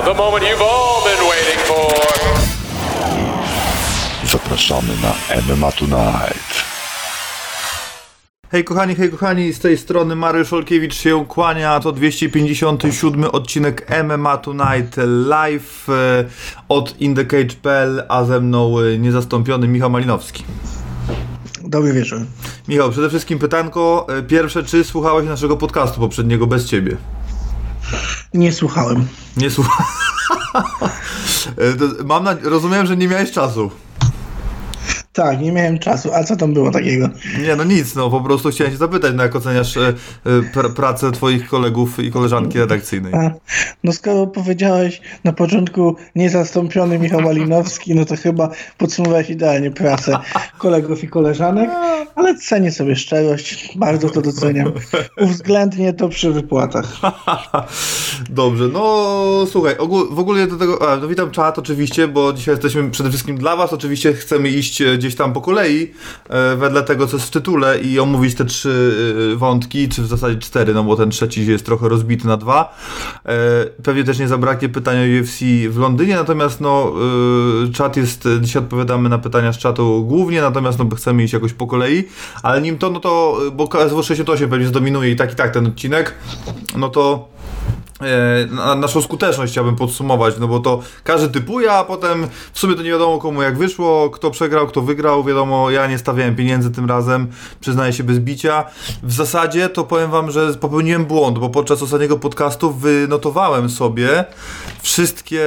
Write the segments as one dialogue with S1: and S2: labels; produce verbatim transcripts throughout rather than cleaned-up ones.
S1: now, the moment you've all been waiting for.
S2: Zapraszamy na M M A Tonight.
S3: Hej kochani, hej kochani, z tej strony Mariusz Olkiewicz się kłania, to dwieście pięćdziesiąty siódmy odcinek M M A Tonight live od indecage kropka p l, a ze mną niezastąpiony Michał Malinowski.
S4: Dobry wieczór.
S3: Michał, przede wszystkim pytanko pierwsze, czy słuchałeś naszego podcastu poprzedniego bez ciebie?
S4: Nie słuchałem.
S3: Nie słuchałem. Mam na... Rozumiem, że nie miałeś czasu.
S4: Tak, nie miałem czasu. A co tam było takiego?
S3: Nie, no nic, no po prostu chciałem się zapytać, no jak oceniasz e, pr- pracę twoich kolegów i koleżanki redakcyjnej? A,
S4: no skoro powiedziałeś na początku niezastąpiony Michał Malinowski, no to chyba podsumowałeś idealnie pracę kolegów i koleżanek, ale cenię sobie szczerość, bardzo to doceniam. Uwzględnię to przy wypłatach.
S3: Dobrze, no słuchaj, ogół, w ogóle do tego, a, no witam czat oczywiście, bo dzisiaj jesteśmy przede wszystkim dla was, oczywiście chcemy iść gdzieś tam po kolei, e, wedle tego, co jest w tytule i omówić te trzy e, wątki, czy w zasadzie cztery, no bo ten trzeci jest trochę rozbity na dwa. E, pewnie też nie zabraknie pytania o U F C w Londynie, natomiast no e, czat jest, dzisiaj odpowiadamy na pytania z czatu głównie, natomiast no chcemy iść jakoś po kolei, ale nim to, no to, bo K S W sześćdziesiąt osiem pewnie zdominuje i tak i tak ten odcinek, no to Na naszą skuteczność chciałbym podsumować, no bo to każdy typuje, a potem w sumie to nie wiadomo komu jak wyszło, kto przegrał, kto wygrał, wiadomo, ja nie stawiałem pieniędzy tym razem, przyznaję się bez bicia. W zasadzie to powiem wam, że popełniłem błąd, bo podczas ostatniego podcastu wynotowałem sobie wszystkie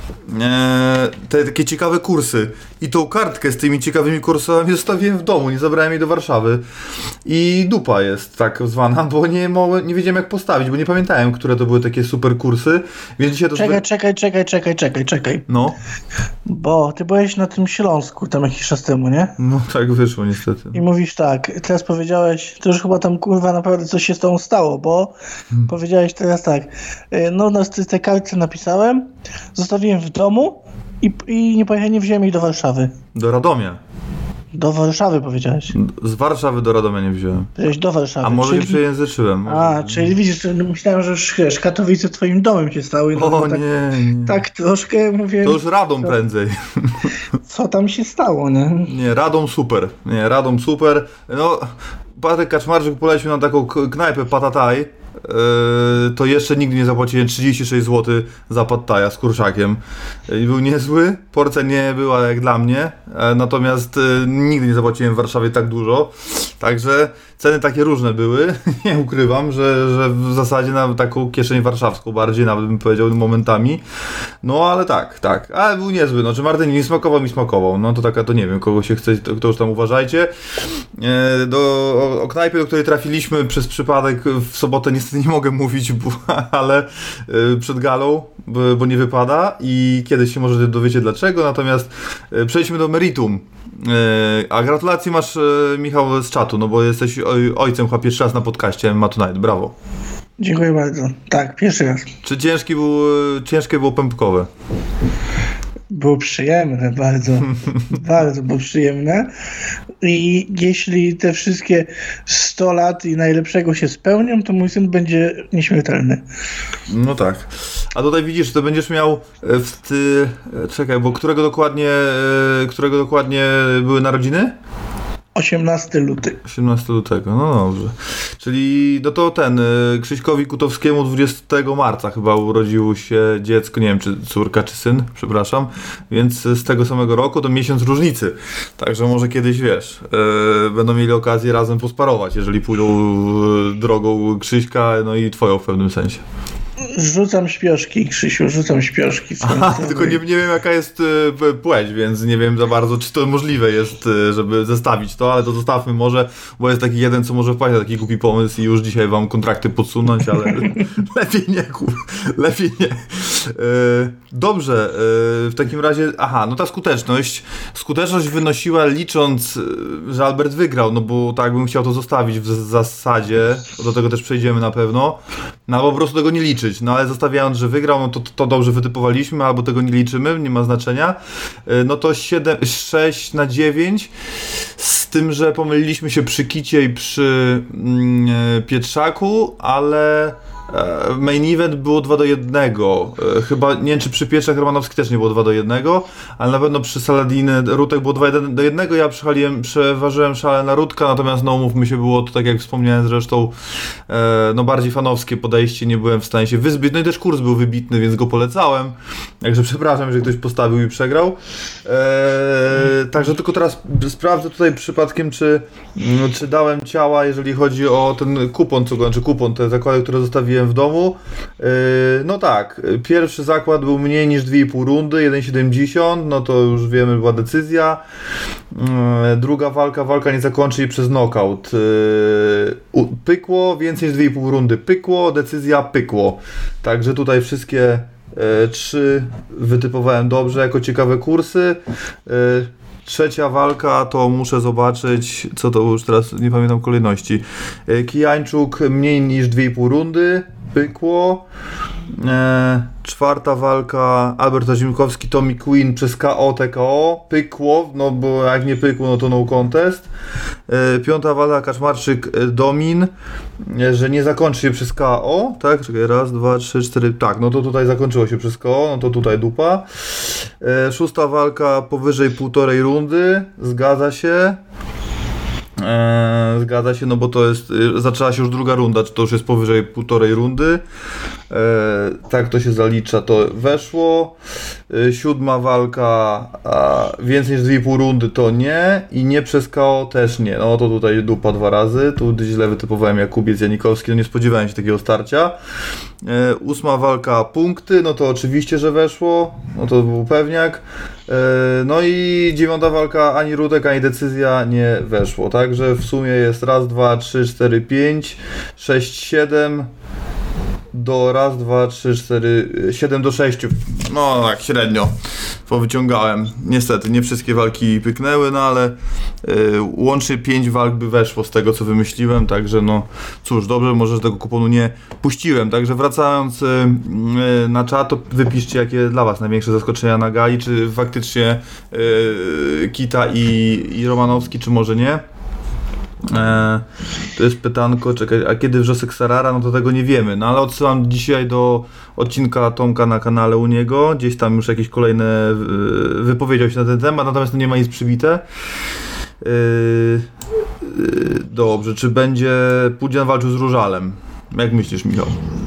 S3: e, te takie ciekawe kursy i tą kartkę z tymi ciekawymi kursami zostawiłem w domu, nie zabrałem jej do Warszawy i dupa jest tak zwana, bo nie, mogłem, nie wiedziałem jak postawić, bo nie pamiętałem, które to były takie super kursy, więc dzisiaj to...
S4: Czekaj, żeby... czekaj, czekaj, czekaj, czekaj, czekaj.
S3: No.
S4: Bo ty byłeś na tym Śląsku tam jakiś czas temu, nie?
S3: No tak wyszło niestety.
S4: I mówisz tak, teraz powiedziałeś, to już chyba tam kurwa naprawdę coś się z tobą stało, bo hmm. powiedziałeś teraz tak, no na tej kartce napisałem, zostawiłem w domu i, i nie pojechałem, nie wziąłem jej do Warszawy.
S3: Do Radomia.
S4: Do Warszawy powiedziałeś.
S3: Z Warszawy do Radomia nie wziąłem.
S4: Powiedziałeś do Warszawy.
S3: A może
S4: czyli...
S3: się przejęzyczyłem. Może...
S4: A, czyli widzisz, myślałem, że już wiesz, Katowice twoim domem się stały. No,
S3: o
S4: tak,
S3: nie, nie.
S4: Tak troszkę mówię...
S3: To już Radom
S4: co,
S3: prędzej.
S4: Co tam się stało, nie?
S3: Nie, Radom super. Nie, Radom super. No, Patryk Kaczmarczyk polecił na taką knajpę Patataj. Yy, to jeszcze nigdy nie zapłaciłem trzydzieści sześć złotych za pad thaja z kurszakiem i był niezły, porcja nie była jak dla mnie, e, natomiast e, nigdy nie zapłaciłem w Warszawie tak dużo, także ceny takie różne były, nie ukrywam, że, że w zasadzie na taką kieszeń warszawską bardziej nawet bym powiedział momentami, no ale tak, tak, ale był niezły, no czy Martin mi smakował, mi smakował, no to taka, to nie wiem, kogo się chce, to, to już tam uważajcie. E, do, o, o knajpie, do której trafiliśmy przez przypadek w sobotę niestety nie mogę mówić, bo, ale y, przed galą, bo, bo nie wypada i kiedyś się może dowiecie dlaczego, natomiast y, przejdźmy do meritum. Y, a gratulacje masz, y, Michał, z czatu, no bo jesteś oj, ojcem chyba pierwszy raz na podcaście M M A Tonight, brawo.
S4: Dziękuję bardzo. Tak, pierwszy raz.
S3: Czy ciężki był, ciężkie było pępkowe?
S4: Było przyjemne, bardzo, bardzo było przyjemne i jeśli te wszystkie sto lat i najlepszego się spełnią, to mój syn będzie nieśmiertelny.
S3: No tak. A tutaj widzisz, to będziesz miał w ty... Czekaj, bo którego dokładnie, którego dokładnie były narodziny?
S4: osiemnastego lutego.
S3: osiemnastego lutego, no dobrze. Czyli no to ten, Krzyśkowi Kutowskiemu dwudziestego marca chyba urodziło się dziecko, nie wiem czy córka czy syn, przepraszam, więc z tego samego roku to miesiąc różnicy. Także może kiedyś, wiesz, yy, będą mieli okazję razem posparować, jeżeli pójdą drogą Krzyśka, no i twoją w pewnym sensie.
S4: Rzucam śpioszki, Krzysiu, rzucam śpioszki.
S3: Aha, tylko nie, nie wiem jaka jest y, płeć, więc nie wiem za bardzo, czy to możliwe jest, y, żeby zestawić to, ale to zostawmy może, bo jest taki jeden, co może wpaść na taki głupi pomysł i już dzisiaj wam kontrakty podsunąć, ale lepiej nie, kur... lepiej nie. Y, dobrze, y, w takim razie, aha, no ta skuteczność, skuteczność wynosiła licząc, y, że Albert wygrał, no bo tak bym chciał to zostawić w zasadzie, do tego też przejdziemy na pewno, no po prostu tego nie liczyć. No ale zostawiając, że wygrał, no to, to dobrze wytypowaliśmy, albo tego nie liczymy, nie ma znaczenia. No to siedem, sześć na dziewięć, z tym, że pomyliliśmy się przy Kicie i przy mm, Pietrzaku, ale e, main event było dwa do jednego. E, chyba, nie wiem czy przy pieczach Romanowski też nie było dwa do jednego, ale na pewno przy Saladiny Rutek było dwa do jednego. Ja przechaliłem, przeważyłem szale na Rutka, natomiast no mówmy się, było to tak jak wspomniałem zresztą e, no bardziej fanowskie podejście, nie byłem w stanie się wyzbyć. No i też kurs był wybitny, więc go polecałem. Także przepraszam, że ktoś postawił i przegrał. E, także tylko teraz sprawdzę tutaj przypadkiem, czy, czy dałem ciała, jeżeli chodzi o ten kupon, co znaczy kupon, te zakłady, które zostawiłem w domu. Yy, no tak, pierwszy zakład był mniej niż dwie i pół rundy, jeden siedemdziesiąt, no to już wiemy, była decyzja. Yy, druga walka, walka nie zakończy jej przez knockout. Yy, pykło, więcej niż dwie i pół rundy pykło, decyzja pykło. Także tutaj wszystkie yy, trzy wytypowałem dobrze, jako ciekawe kursy. Yy, Trzecia walka to muszę zobaczyć, co to już teraz nie pamiętam kolejności. Kijańczuk mniej niż dwie i pół rundy, pykło. E, czwarta walka Albert Ozimkowski, Tommy Quinn przez K O T K O, pykło, no bo jak nie pykło, no to no contest. E, piąta walka Kaczmarczyk Domin, e, że nie zakończy się przez K O, tak? Czekaj, raz, dwa, trzy, cztery, tak, no to tutaj zakończyło się przez K O, no to tutaj dupa. E, szósta walka powyżej półtorej rundy, zgadza się. Eee, zgadza się, no bo to jest, y, zaczęła się już druga runda, czy to już jest powyżej półtorej rundy, eee, tak to się zalicza, to weszło. Eee, siódma walka, a więcej niż dwie i pół rundy to nie i nie przez K O też nie, no to tutaj dupa dwa razy, tu źle wytypowałem Jakubiec Janikowski, no nie spodziewałem się takiego starcia. Eee, ósma walka punkty, no to oczywiście, że weszło, no to był pewniak. Eee, no i dziewiąta walka ani Rutek, ani decyzja nie weszło, także w sumie jest raz, dwa, trzy, cztery, pięć, sześć, siedem do raz, dwa, trzy, cztery, siedem do sześciu. No tak średnio powyciągałem. Niestety nie wszystkie walki pyknęły, no ale yy, łącznie pięć walk by weszło z tego, co wymyśliłem, także no cóż, dobrze, może że tego kuponu nie puściłem. Także wracając yy, yy, na czat, to wypiszcie, jakie dla was największe zaskoczenia na gali, czy faktycznie yy, Kita i, i Romanowski, czy może nie. Eee, to jest pytanko, czekaj, a kiedy wrzosek Sarara, no to tego nie wiemy, no ale odsyłam dzisiaj do odcinka Tomka na kanale u niego, gdzieś tam już jakieś kolejne yy, wypowiedział się na ten temat, natomiast nie ma nic przybite. Yy, yy, dobrze, czy będzie Pudzian walczył z Różalem? Jak myślisz, Michał?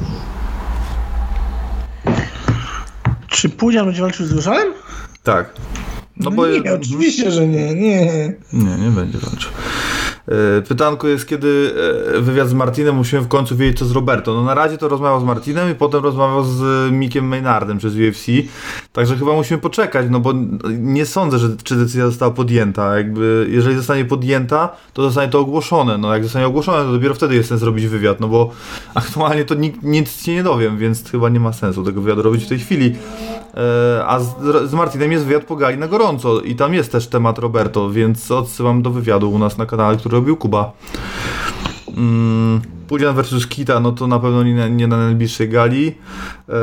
S4: Czy Pudzian będzie walczył z Różalem?
S3: Tak.
S4: No bo nie, je... oczywiście, że nie, nie.
S3: Nie, nie będzie walczył. Pytanko jest, kiedy wywiad z Martinem, musimy w końcu wiedzieć, co z Roberto. No na razie to rozmawiał z Martinem i potem rozmawiał z Mickiem Maynardem przez U F C, także chyba musimy poczekać, no bo nie sądzę, że czy decyzja została podjęta. Jakby, jeżeli zostanie podjęta, to zostanie to ogłoszone. No jak zostanie ogłoszone, to dopiero wtedy jest sens robić wywiad, no bo aktualnie to nikt, nic się nie dowiem, więc chyba nie ma sensu tego wywiadu robić w tej chwili. A z, z Martinem jest wywiad po gali na gorąco i tam jest też temat Roberto, więc odsyłam do wywiadu u nas na kanale, który robił Kuba. Mm, Pudzian versus Kita, no to na pewno nie, nie na najbliższej gali. E,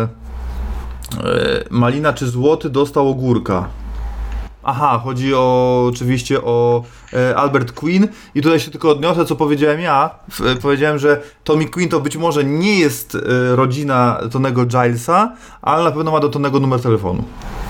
S3: e, Malina czy Złoty dostał ogórka? Aha, chodzi o, oczywiście o e, Albert Quinn i tutaj się tylko odniosę, co powiedziałem ja. E, powiedziałem, że Tommy Quinn to być może nie jest e, rodzina Tonego Gilesa, ale na pewno ma do Tonego numer telefonu.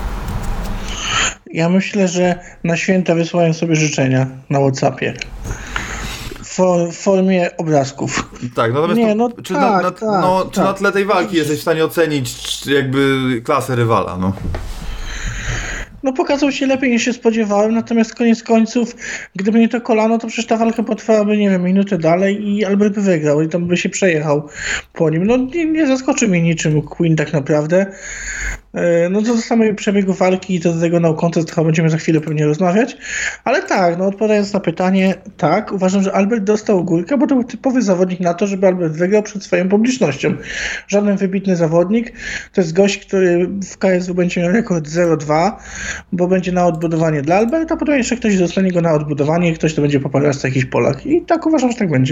S4: Ja myślę, że na święta wysyłają sobie życzenia na WhatsAppie. W formie obrazków.
S3: Tak, natomiast
S4: nie,
S3: to,
S4: no
S3: czy,
S4: tak,
S3: na, na,
S4: tak,
S3: no,
S4: tak,
S3: czy na tle tej walki
S4: tak.
S3: jesteś w stanie ocenić jakby klasę rywala, no?
S4: No pokazał się lepiej niż się spodziewałem, natomiast koniec końców, gdyby nie to kolano, to przecież ta walka potrwałaby, nie wiem, minutę dalej i Albert by wygrał i tam by się przejechał po nim. No nie, nie zaskoczy mnie niczym Quinn tak naprawdę. No co do samego przebiegu walki i do tego no contest chyba będziemy za chwilę pewnie rozmawiać, ale tak, no odpowiadając na pytanie, tak, uważam, że Albert dostał górkę, bo to był typowy zawodnik na to, żeby Albert wygrał przed swoją publicznością. Żaden wybitny zawodnik, to jest gość, który w K S W będzie miał rekord zero dwa, bo będzie na odbudowanie dla Alberta, a potem jeszcze ktoś dostanie go na odbudowanie i ktoś to będzie poparł jakiś Polak i tak uważam, że tak będzie.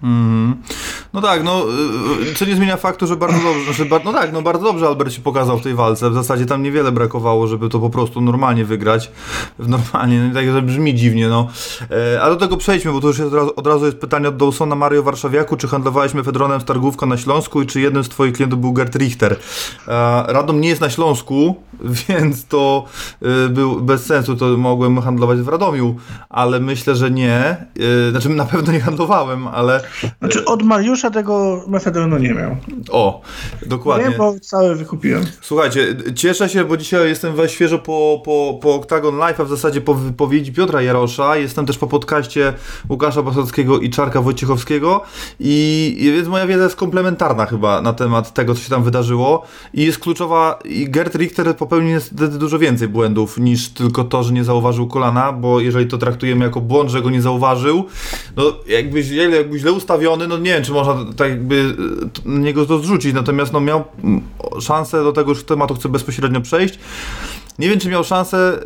S3: Mm. No tak, no, co nie zmienia faktu, że bardzo dobrze, znaczy, no tak, no bardzo dobrze Albert się pokazał w tej walce, w zasadzie tam niewiele brakowało, żeby to po prostu normalnie wygrać, normalnie, no i tak, że brzmi dziwnie, no, e, a do tego przejdźmy, bo to już jest od razu, od razu jest pytanie od Dawsona, Mario Warszawiaku, czy handlowałeś mefedronem z Targówka na Śląsku i czy jednym z twoich klientów był Gerd Richter? E, Radom nie jest na Śląsku, więc to e, był bez sensu, to mogłem handlować w Radomiu, ale myślę, że nie, e, znaczy na pewno nie handlowałem, ale...
S4: Znaczy od Mariusza tego mefedronu nie miał.
S3: O, dokładnie.
S4: Nie, bo całe wykupiłem.
S3: Słuchajcie, cieszę się, bo dzisiaj jestem we świeżo po, po, po Octagon Live, a w zasadzie po wypowiedzi Piotra Jarosza. Jestem też po podcaście Łukasza Basockiego i Czarka Wojciechowskiego i, i więc moja wiedza jest komplementarna chyba na temat tego, co się tam wydarzyło i jest kluczowa. I Gerd Richter popełnił niestety dużo więcej błędów niż tylko to, że nie zauważył kolana, bo jeżeli to traktujemy jako błąd, że go nie zauważył, no jakbyś, jakbyś źle ustawiony, no nie wiem, czy można tak jakby na niego to zrzucić, natomiast no miał szansę, do tego już tematu chcę bezpośrednio przejść. Nie wiem, czy miał szansę,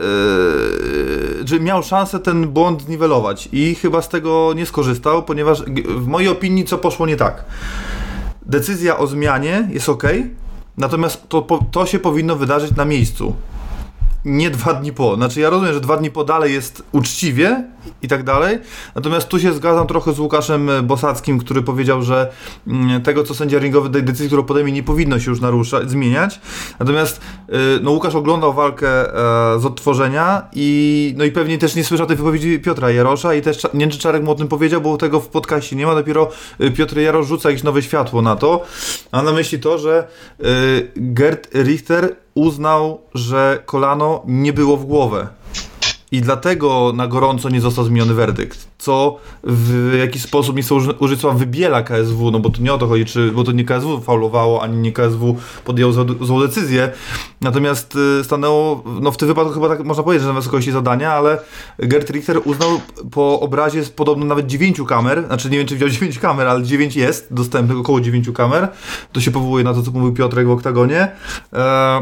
S3: yy, czy miał szansę ten błąd zniwelować i chyba z tego nie skorzystał, ponieważ w mojej opinii co poszło nie tak. Decyzja o zmianie jest ok, natomiast to, to się powinno wydarzyć na miejscu. Nie dwa dni po. Znaczy ja rozumiem, że dwa dni po dalej jest uczciwie i tak dalej, natomiast tu się zgadzam trochę z Łukaszem Bosackim, który powiedział, że tego, co sędzia ringowy, tej decyzji, którą podejmie, nie powinno się już naruszać, zmieniać. Natomiast no, Łukasz oglądał walkę e, z odtworzenia i no i pewnie też nie słyszał tej wypowiedzi Piotra Jarosza i też nie wiem, czy Czarek mu o tym powiedział, bo tego w podcaście nie ma, dopiero Piotr Jarosz rzuca jakieś nowe światło na to. Mam na myśli to, że e, Gerd Richter uznał, że kolano nie było w głowę. I dlatego na gorąco nie został zmieniony werdykt, co w jakiś sposób nie chcę użyć słowa wybiela K S W, no bo to nie o to chodzi, czy, bo to nie K S W faulowało, ani nie K S W podjęło złą, złą decyzję, natomiast y, stanęło, no w tym wypadku chyba tak można powiedzieć, że na wysokości zadania, ale Gerd Richter uznał po obrazie z podobno nawet dziewięciu kamer, znaczy nie wiem, czy widział dziewięć kamer, ale dziewięć jest dostępnych, około dziewięciu kamer, to się powołuje na to, co mówił Piotrek w Oktagonie. E-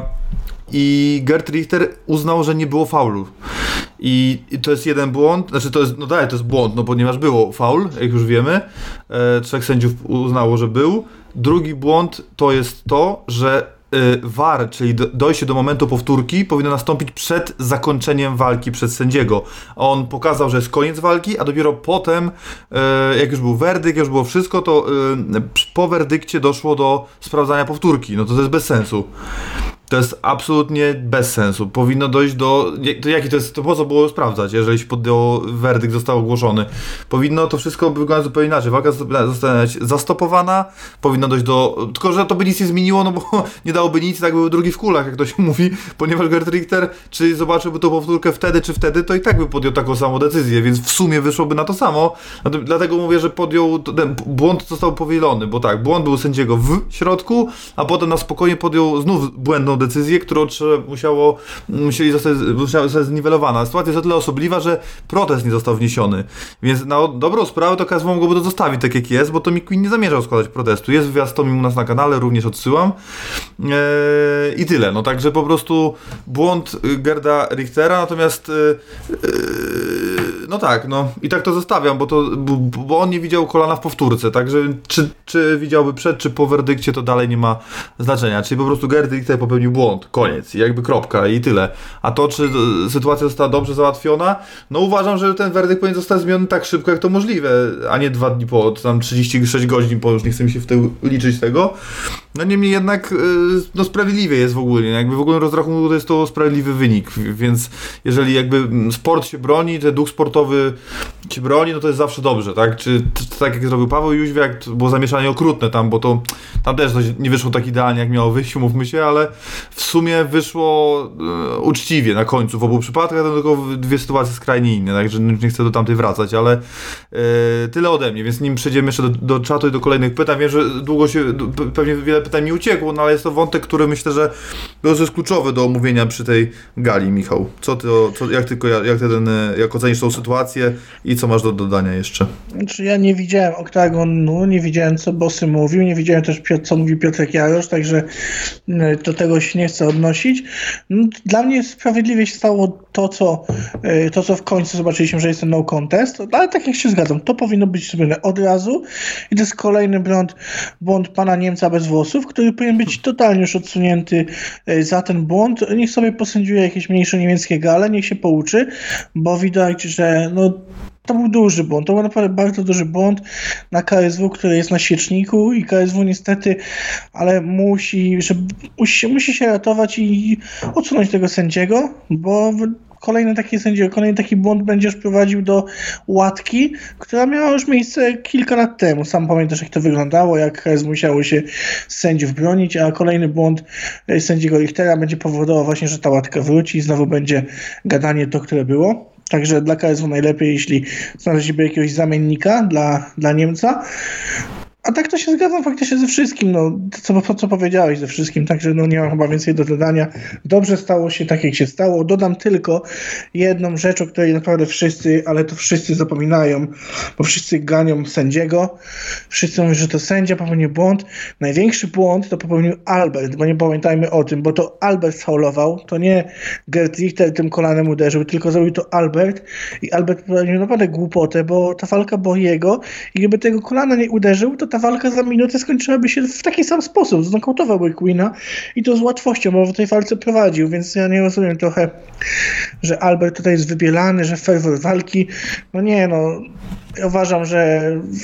S3: I Gerd Richter uznał, że nie było faulu. I, I to jest jeden błąd, znaczy to jest, no dalej to jest błąd, no ponieważ było faul, jak już wiemy. E, trzech sędziów uznało, że był. Drugi błąd to jest to, że e, V A R, czyli do, dojście do momentu powtórki, powinno nastąpić przed zakończeniem walki przez sędziego. On pokazał, że jest koniec walki, a dopiero potem, e, jak już był werdykt, jak już było wszystko, to e, po werdykcie doszło do sprawdzania powtórki. No to to jest bez sensu. To jest absolutnie bez sensu. Powinno dojść do... To jaki to jest... To po co było sprawdzać, jeżeli się podjęło werdykt, został ogłoszony? Powinno to wszystko wyglądać zupełnie inaczej. Walka zostać zastopowana, powinno dojść do... Tylko, że to by nic nie zmieniło, no bo nie dałoby nic, tak były drugi w kulach, jak to się mówi, ponieważ Gerd Richter, czy zobaczyłby tą powtórkę wtedy, czy wtedy, to i tak by podjął taką samą decyzję, więc w sumie wyszłoby na to samo. Dlatego mówię, że podjął... Ten błąd został powielony, bo tak, błąd był sędziego w środku, a potem na spokojnie podjął znów błędną decyzję, którą musiało, musieli zostać, musiała zostać zniwelowana. Sytuacja jest o tyle osobliwa, że protest nie został wniesiony. Więc na dobrą sprawę to K S W mogłoby to zostawić tak jak jest, bo Tommy Quinn nie zamierzał składać protestu. Jest wywiad z Tommy u nas na kanale, również odsyłam. Eee, I tyle. No także po prostu błąd Gerda Richtera, natomiast eee, no tak, no i tak to zostawiam, bo, to, bo, bo on nie widział kolana w powtórce, także czy, czy widziałby przed, czy po werdykcie, to dalej nie ma znaczenia. Czyli po prostu Gerd Richter popełnił błąd, koniec, i jakby kropka i tyle. A to, czy sytuacja została dobrze załatwiona, no uważam, że ten werdykt powinien zostać zmieniony tak szybko, jak to możliwe, a nie dwa dni po, tam trzydzieści sześć godzin po, już nie chcę mi się w tym liczyć tego. No niemniej jednak, no sprawiedliwie jest w ogóle, jakby w ogóle rozrachunku to jest to sprawiedliwy wynik, więc jeżeli jakby sport się broni, ten duch sportowy się broni, no to jest zawsze dobrze, tak? Czy, czy tak jak zrobił Paweł Jóźwiak, było zamieszanie okrutne tam, bo to tam też nie wyszło tak idealnie, jak miało wyjść, umówmy się, ale w sumie wyszło e, uczciwie na końcu w obu przypadkach, to tylko dwie sytuacje skrajnie inne, także nie chcę do tamtej wracać, ale e, tyle ode mnie, więc nim przejdziemy jeszcze do, do czatu i do kolejnych pytań, wiem, że długo się, pewnie wiele pytań mi uciekło, no ale jest to wątek, który myślę, że to jest kluczowy do omówienia przy tej gali, Michał. Co ty, co, jak, ty, jak ty ten, jak ocenisz tą sytuację? sytuację i co masz do dodania jeszcze?
S4: Znaczy ja nie widziałem oktagonu, nie widziałem co Bossy mówił, nie widziałem też co mówi Piotrek Jarosz, także do tego się nie chcę odnosić. No, dla mnie sprawiedliwie się stało to co, to, co w końcu zobaczyliśmy, że jest ten no contest, ale tak jak się zgadzam, to powinno być zrobione od razu i to jest kolejny błąd, błąd pana Niemca bez włosów, który powinien być totalnie już odsunięty za ten błąd. Niech sobie posędziuje jakieś mniejsze niemieckie gale, niech się pouczy, bo widać, że no to był duży błąd, to był naprawdę bardzo duży błąd na K S W, który jest na świeczniku i K S W niestety, ale musi, żeby, musi, musi się ratować i odsunąć tego sędziego, bo kolejny taki sędzia, kolejny taki błąd będzie już prowadził do łatki, która miała już miejsce kilka lat temu. Sam pamiętasz, jak to wyglądało, jak K S W musiało się z sędziów bronić, a kolejny błąd sędziego Richtera będzie powodował właśnie, że ta łatka wróci i znowu będzie gadanie to, które było. Także dla K S W najlepiej, jeśli znaleźliby jakiegoś zamiennika dla, dla Niemca. A tak to się zgadzam faktycznie ze wszystkim, no, co, co powiedziałeś ze wszystkim, także no, nie mam chyba więcej do dodania. Dobrze stało się tak, jak się stało. Dodam tylko jedną rzecz, o której naprawdę wszyscy, ale to wszyscy zapominają, bo wszyscy ganią sędziego. Wszyscy mówią, że to sędzia popełnił błąd. Największy błąd to popełnił Albert, bo nie pamiętajmy o tym, bo to Albert faulował, to nie Gerd Richter tym kolanem uderzył, tylko zrobił to Albert i Albert popełnił naprawdę głupotę, bo ta walka była jego i gdyby tego kolana nie uderzył, to ta walka za minutę skończyłaby się w taki sam sposób. Znokautowałby Queena i to z łatwością, bo w tej walce prowadził, więc ja nie rozumiem trochę, że Albert tutaj jest wybielany, że ferwor walki. No nie, no ja uważam, że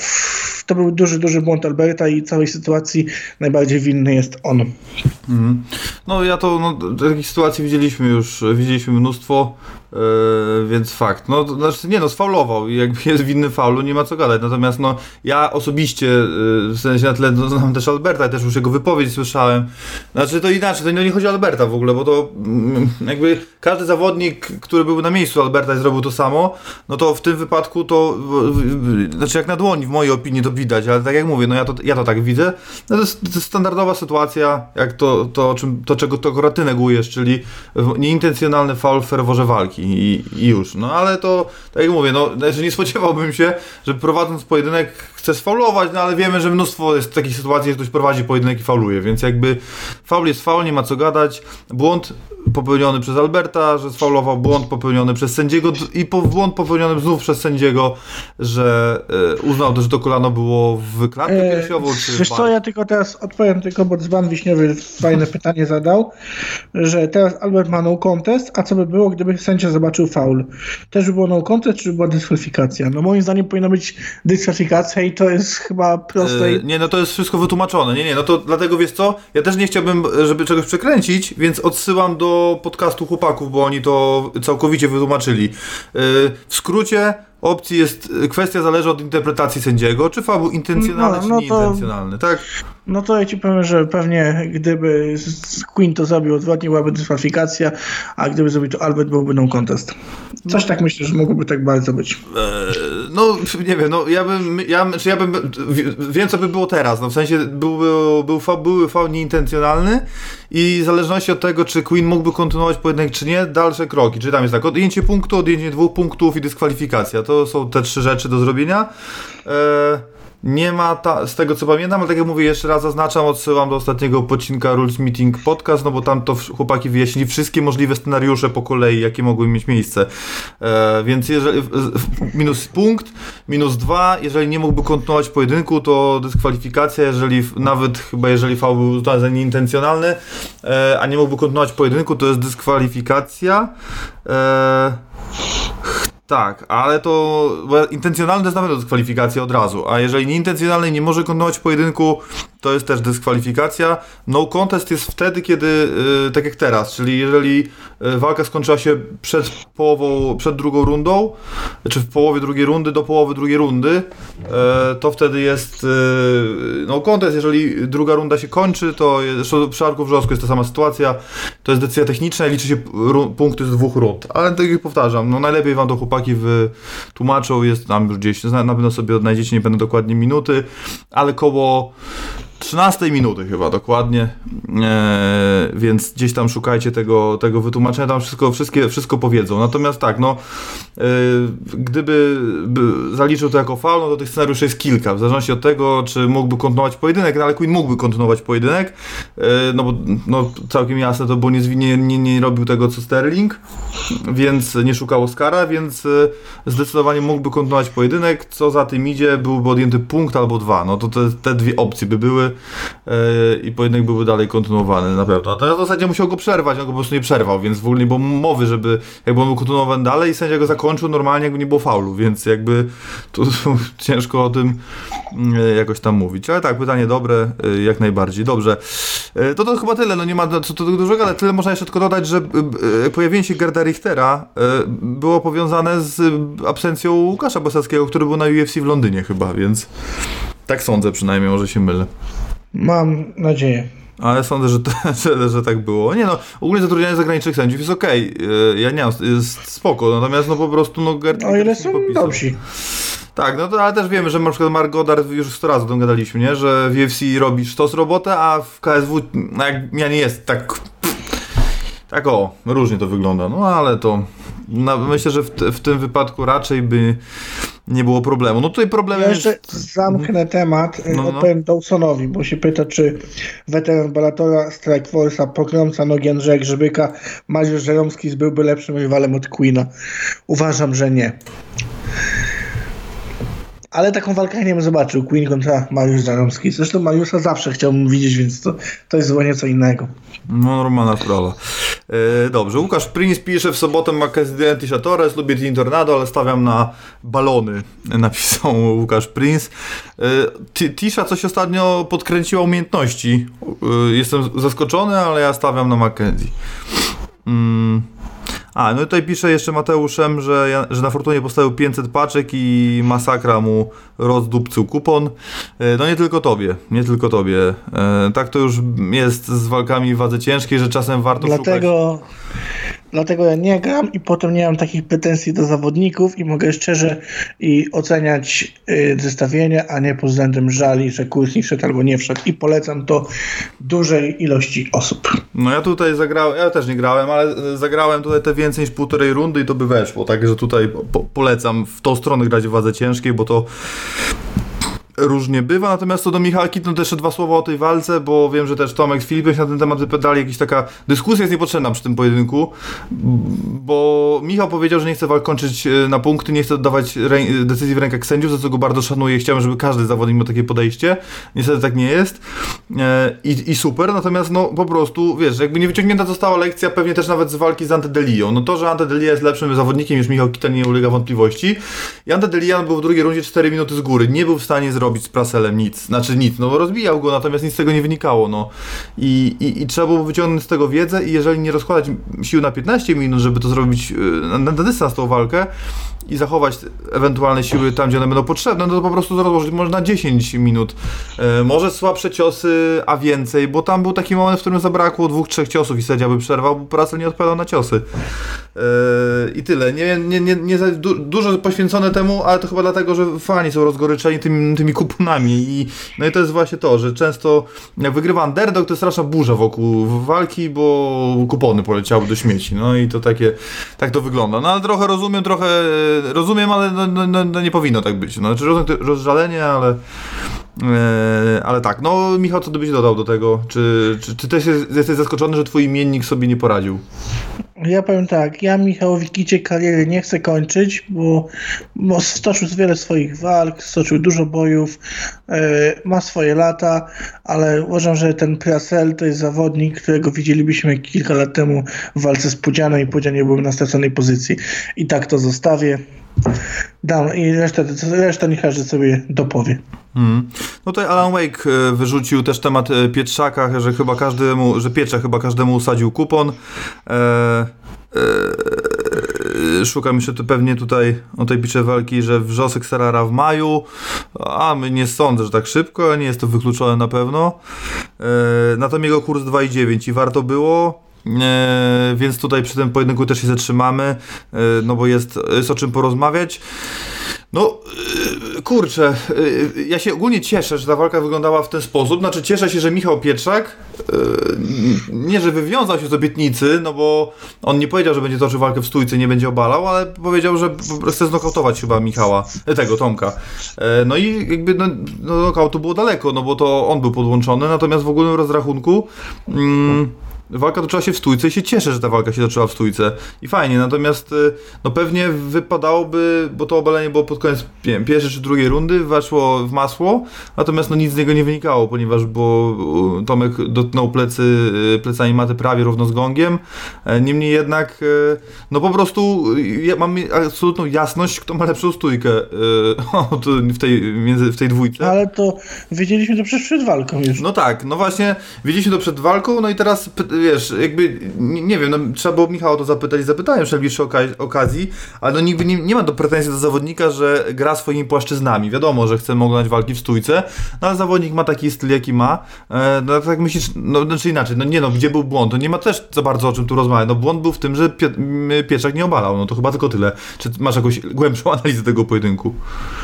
S4: to był duży, duży błąd Alberta i całej sytuacji najbardziej winny jest on.
S3: Mm. No ja to, no, takich sytuacji widzieliśmy już, widzieliśmy mnóstwo, yy, więc fakt. No to znaczy nie no, sfaulował i jakby jest winny faulu, nie ma co gadać. Natomiast no ja osobiście, yy, w sensie na tle no, znam też Alberta i też już jego wypowiedź słyszałem. Znaczy to inaczej, to nie, nie chodzi o Alberta w ogóle, bo to yy, jakby każdy zawodnik, który był na miejscu Alberta i zrobił to samo, no to w tym wypadku to, yy, yy, znaczy jak na dłoni w mojej opinii to widać, ale tak jak mówię, no ja to, ja to tak widzę. No to jest, to jest standardowa sytuacja, jak to To, to, czym, to czego to akurat ty negujesz, czyli nieintencjonalny faul w ferworze walki i, i już. No ale to, tak jak mówię, no że nie spodziewałbym się, że prowadząc pojedynek chce sfaulować, no ale wiemy, że mnóstwo jest takich sytuacji, że ktoś prowadzi pojedynek i fauluje, więc jakby faul jest faul, nie ma co gadać. Błąd popełniony przez Alberta, że sfaulował, błąd popełniony przez sędziego i po, błąd popełniony znów przez sędziego, że e, uznał, że to kolano było w klatkę piersiową.
S4: Eee, wiesz co, ja tylko teraz odpowiem tylko, bo Dzban Wiśniowy fajne pytanie zadał, że teraz Albert ma no contest, a co by było, gdyby sędzia zobaczył faul? Też by było no contest, czy by była dyskwalifikacja? No moim zdaniem powinna być dyskwalifikacja i to jest chyba proste.
S3: Eee, nie, no to jest wszystko wytłumaczone. Nie, nie, no to dlatego wiesz co, ja też nie chciałbym, żeby czegoś przekręcić, więc odsyłam do podcastu chłopaków, bo oni to całkowicie wytłumaczyli. W skrócie opcji jest, kwestia zależy od interpretacji sędziego, czy faul był intencjonalny, no, no czy nieintencjonalny, tak?
S4: No to ja ci powiem, że pewnie gdyby Queen to zrobił odwrotnie, byłaby dyskwalifikacja, a gdyby zrobił to Albert, byłby no contest. Coś no. Tak myślę, że mogłoby tak bardzo być.
S3: Eee, no nie wiem, no ja bym, ja, czy ja bym, wiem co by było teraz, no w sensie był, był, był faul, były faul nieintencjonalny i w zależności od tego, czy Queen mógłby kontynuować pojedynek, czy nie, dalsze kroki, czy tam jest tak, odjęcie punktu, odjęcie dwóch punktów i dyskwalifikacja, to są te trzy rzeczy do zrobienia. Eee, Nie ma, ta, z tego co pamiętam, ale tak jak mówię, jeszcze raz zaznaczam, odsyłam do ostatniego odcinka Rules Meeting Podcast, no bo tam to chłopaki wyjaśnili wszystkie możliwe scenariusze po kolei, jakie mogły mieć miejsce. E, więc jeżeli minus punkt, minus dwa, jeżeli nie mógłby kontynuować pojedynku, to dyskwalifikacja, jeżeli nawet chyba jeżeli faul był uznany za nieintencjonalny, e, a nie mógłby kontynuować pojedynku, to jest dyskwalifikacja. E, Tak, ale to bo intencjonalne to jest na pewno dyskwalifikacja od razu, a jeżeli nieintencjonalny nie może kontynuować pojedynku, to jest też dyskwalifikacja. No contest jest wtedy, kiedy, yy, tak jak teraz, czyli jeżeli yy, walka skończyła się przed połową, przed drugą rundą, czy w połowie drugiej rundy do połowy drugiej rundy, yy, to wtedy jest yy, no contest. Jeżeli druga runda się kończy, to zresztą przy Arku Wrzosku jest ta sama sytuacja, to jest decyzja techniczna i liczy się ru- punkty z dwóch rund, ale tak jak powtarzam, no najlepiej wam to chłopaki wytłumaczą, jest tam już gdzieś, na pewno sobie odnajdziecie, nie będę dokładnie minuty, ale koło trzynastej minuty chyba dokładnie, e, więc gdzieś tam szukajcie tego, tego wytłumaczenia, tam wszystko, wszystkie, wszystko powiedzą. Natomiast tak, no yy, gdyby zaliczył to jako faul, no to tych scenariuszy jest kilka, w zależności od tego, czy mógłby kontynuować pojedynek, no ale Quinn mógłby kontynuować pojedynek, yy, no bo no, całkiem jasne to było, nie, nie, nie, nie robił tego co Sterling, więc nie szukał Oscara, więc yy, zdecydowanie mógłby kontynuować pojedynek, co za tym idzie, byłby odjęty punkt albo dwa, no to te, te dwie opcje by były yy, i pojedynek byłby dalej kontynuowany na pewno. Natomiast w zasadzie musiał go przerwać, on go po prostu nie przerwał, więc w ogóle nie było mowy, żeby jakby on był kontynuowany dalej i sędzia go zakończył normalnie, jakby nie było faulu, więc jakby tu, tu ciężko o tym yy, jakoś tam mówić. Ale tak, pytanie dobre, yy, jak najbardziej. Dobrze. Yy, to to chyba tyle, no nie ma co tu dużego, ale tyle można jeszcze tylko dodać, że yy, pojawienie się Gerda Richtera yy, było powiązane z yy, absencją Łukasza Bosackiego, który był na U F C w Londynie chyba, więc tak sądzę przynajmniej, może się mylę.
S4: Mam nadzieję.
S3: Ale sądzę, że, to, że, że tak było. Nie no, ogólnie zatrudnianie zagranicznych sędziów jest okej. Okay. Ja nie mam, jest spoko, natomiast no po prostu no Gerd...
S4: O ile są dobrzy.
S3: Tak, no to ale też wiemy, że na przykład Mark Goddard, już sto razy o tym gadaliśmy, nie? Że w U F C robi sztos robotę, a w K S W no jak ja nie jest tak... Tak o, różnie to wygląda, no ale to... No, myślę, że w, t- w tym wypadku raczej by nie było problemu. No tutaj problemem
S4: ja jeszcze
S3: jest...
S4: zamknę temat, no, no. Odpowiem Dawsonowi, bo się pyta, czy weteran Bellatora, Strikeforce'a, pokrąca nogi Andrzeja Grzybyka, Mariusz Żeromski byłby lepszym rywalem od Quina. Uważam, że nie. Ale taką walkę ja nie bym zobaczył. Quinn kontra Mariusz Żeromski. Zresztą Mariusza zawsze chciałbym widzieć, więc to, to jest zupełnie co innego.
S3: No normalna sprawa. E, dobrze, Łukasz Prince pisze w sobotę Maccabi Tishatores, lubię Team Tornado, ale stawiam na balony, napisał Łukasz Prince. E, Tisha coś ostatnio podkręciła umiejętności. E, jestem zaskoczony, ale ja stawiam na Mackenzie. Mm. A, no i tutaj pisze jeszcze Mateuszem, że, ja, że na Fortunie postawił pięćset paczek i masakra mu rozdupcył kupon. No nie tylko tobie, nie tylko tobie. E, tak to już jest z walkami w wadze ciężkiej, że czasem warto
S4: dlatego,
S3: szukać.
S4: Dlatego ja nie gram i potem nie mam takich pretensji do zawodników i mogę szczerze i oceniać y, zestawienie, a nie pod względem żali, że kurs nie wszedł albo nie wszedł i polecam to dużej ilości osób.
S3: No ja tutaj zagrałem, ja też nie grałem, ale zagrałem tutaj te więcej niż półtorej rundy i to by weszło, także tutaj po, polecam w tą stronę grać w wadze ciężkiej, bo to różnie bywa, natomiast co do Michalki, to też jeszcze dwa słowa o tej walce, bo wiem, że też Tomek z Filipem się na ten temat wypowiadali, jakaś taka dyskusja jest niepotrzebna przy tym pojedynku, bo Michał powiedział, że nie chce walk kończyć na punkty, nie chce oddawać rę- decyzji w rękach sędziów, za co go bardzo szanuję, chciałem, żeby każdy zawodnik miał takie podejście, niestety tak nie jest i, i super, natomiast no po prostu, wiesz, jakby nie wyciągnięta została lekcja, pewnie też nawet z walki z Ante Delio, no to, że Ante Delia jest lepszym zawodnikiem niż Michał Kita, nie ulega wątpliwości i Ante Delia był w drugiej rundzie cztery minuty z góry, nie był w stanie zrobić robić z Praselem nic, znaczy nic, no rozbijał go, natomiast nic z tego nie wynikało, no i, i, i trzeba było wyciągnąć z tego wiedzę i jeżeli nie rozkładać sił na piętnaście minut, żeby to zrobić na, na dystans tą walkę i zachować ewentualne siły tam, gdzie one będą potrzebne, no to po prostu rozłożyć może na dziesięć minut, e, może słabsze ciosy, a więcej, bo tam był taki moment, w którym zabrakło dwóch, trzech ciosów i sędzia by przerwał, bo Prasel nie odpowiadał na ciosy e, i tyle, nie, nie, nie, nie za, du, dużo poświęcone temu, ale to chyba dlatego, że fani są rozgoryczeni tymi, tymi kuponami i no i to jest właśnie to, że często jak wygrywa underdog, to jest straszna burza wokół walki, bo kupony poleciały do śmieci, no i to takie, tak to wygląda, no ale trochę rozumiem, trochę rozumiem, ale no, no, no nie powinno tak być, no znaczy rozumiem rozżalenie, ale e, ale tak, no Michał, co ty byś dodał do tego, czy, czy, czy też jesteś zaskoczony, że twój imiennik sobie nie poradził?
S4: Ja powiem tak, ja Michałowi Kicie kariery nie chcę kończyć, bo, bo stoczył wiele swoich walk, stoczył dużo bojów, yy, ma swoje lata, ale uważam, że ten Prasel to jest zawodnik, którego widzielibyśmy kilka lat temu w walce z Pudzianem i Pudzian nie był na straconej pozycji. I tak to zostawię. Dam i resztę, resztę niech każdy sobie dopowie.
S3: Hmm. No tutaj Alan Wake wyrzucił też temat Pietrzaka, że chyba każdemu, że Pietrza chyba każdemu usadził kupon. E, e, szukam jeszcze tu pewnie tutaj o tej pisze walki, że wrzosek Serrara w maju, a my nie sądzę, że tak szybko, nie jest to wykluczone na pewno. E, na to jego kurs dwa i dziewięć i warto było. E, więc tutaj przy tym pojedynku też się zatrzymamy, e, no bo jest, jest o czym porozmawiać. No, yy, kurczę, yy, ja się ogólnie cieszę, że ta walka wyglądała w ten sposób. Znaczy, cieszę się, że Michał Pietrzak yy, nie, że wywiązał się z obietnicy, no bo on nie powiedział, że będzie toczył walkę w stójce, nie będzie obalał, ale powiedział, że chce znokautować chyba Michała, tego Tomka. Yy, no i jakby no, no, nokautu było daleko, no bo to on był podłączony, natomiast w ogólnym rozrachunku yy, walka toczyła się w stójce i się cieszę, że ta walka się toczyła w stójce. I fajnie, natomiast no pewnie wypadałoby, bo to obalenie było pod koniec nie wiem, pierwszej czy drugiej rundy, weszło w masło, natomiast no nic z niego nie wynikało, ponieważ bo Tomek dotknął plecy, plecami maty prawie równo z gongiem. Niemniej jednak no po prostu ja mam absolutną jasność, kto ma lepszą stójkę w tej, między, w tej dwójce.
S4: Ale to wiedzieliśmy to przecież przed walką już.
S3: No tak, no właśnie wiedzieliśmy to przed walką, no i teraz wiesz, jakby, nie, nie wiem, no, trzeba było Michała o to zapytać i zapytałem przy najbliższej oka- okazji, ale no nigdy nie, nie ma do pretensji do zawodnika, że gra swoimi płaszczyznami. Wiadomo, że chcemy oglądać walki w stójce, no ale zawodnik ma taki styl, jaki ma. E, no tak myślisz, no znaczy inaczej, no nie no, gdzie był błąd? To nie ma też za bardzo o czym tu rozmawiać. No błąd był w tym, że Pie- Pietrzak nie obalał, no to chyba tylko tyle. Czy masz jakąś głębszą analizę tego pojedynku?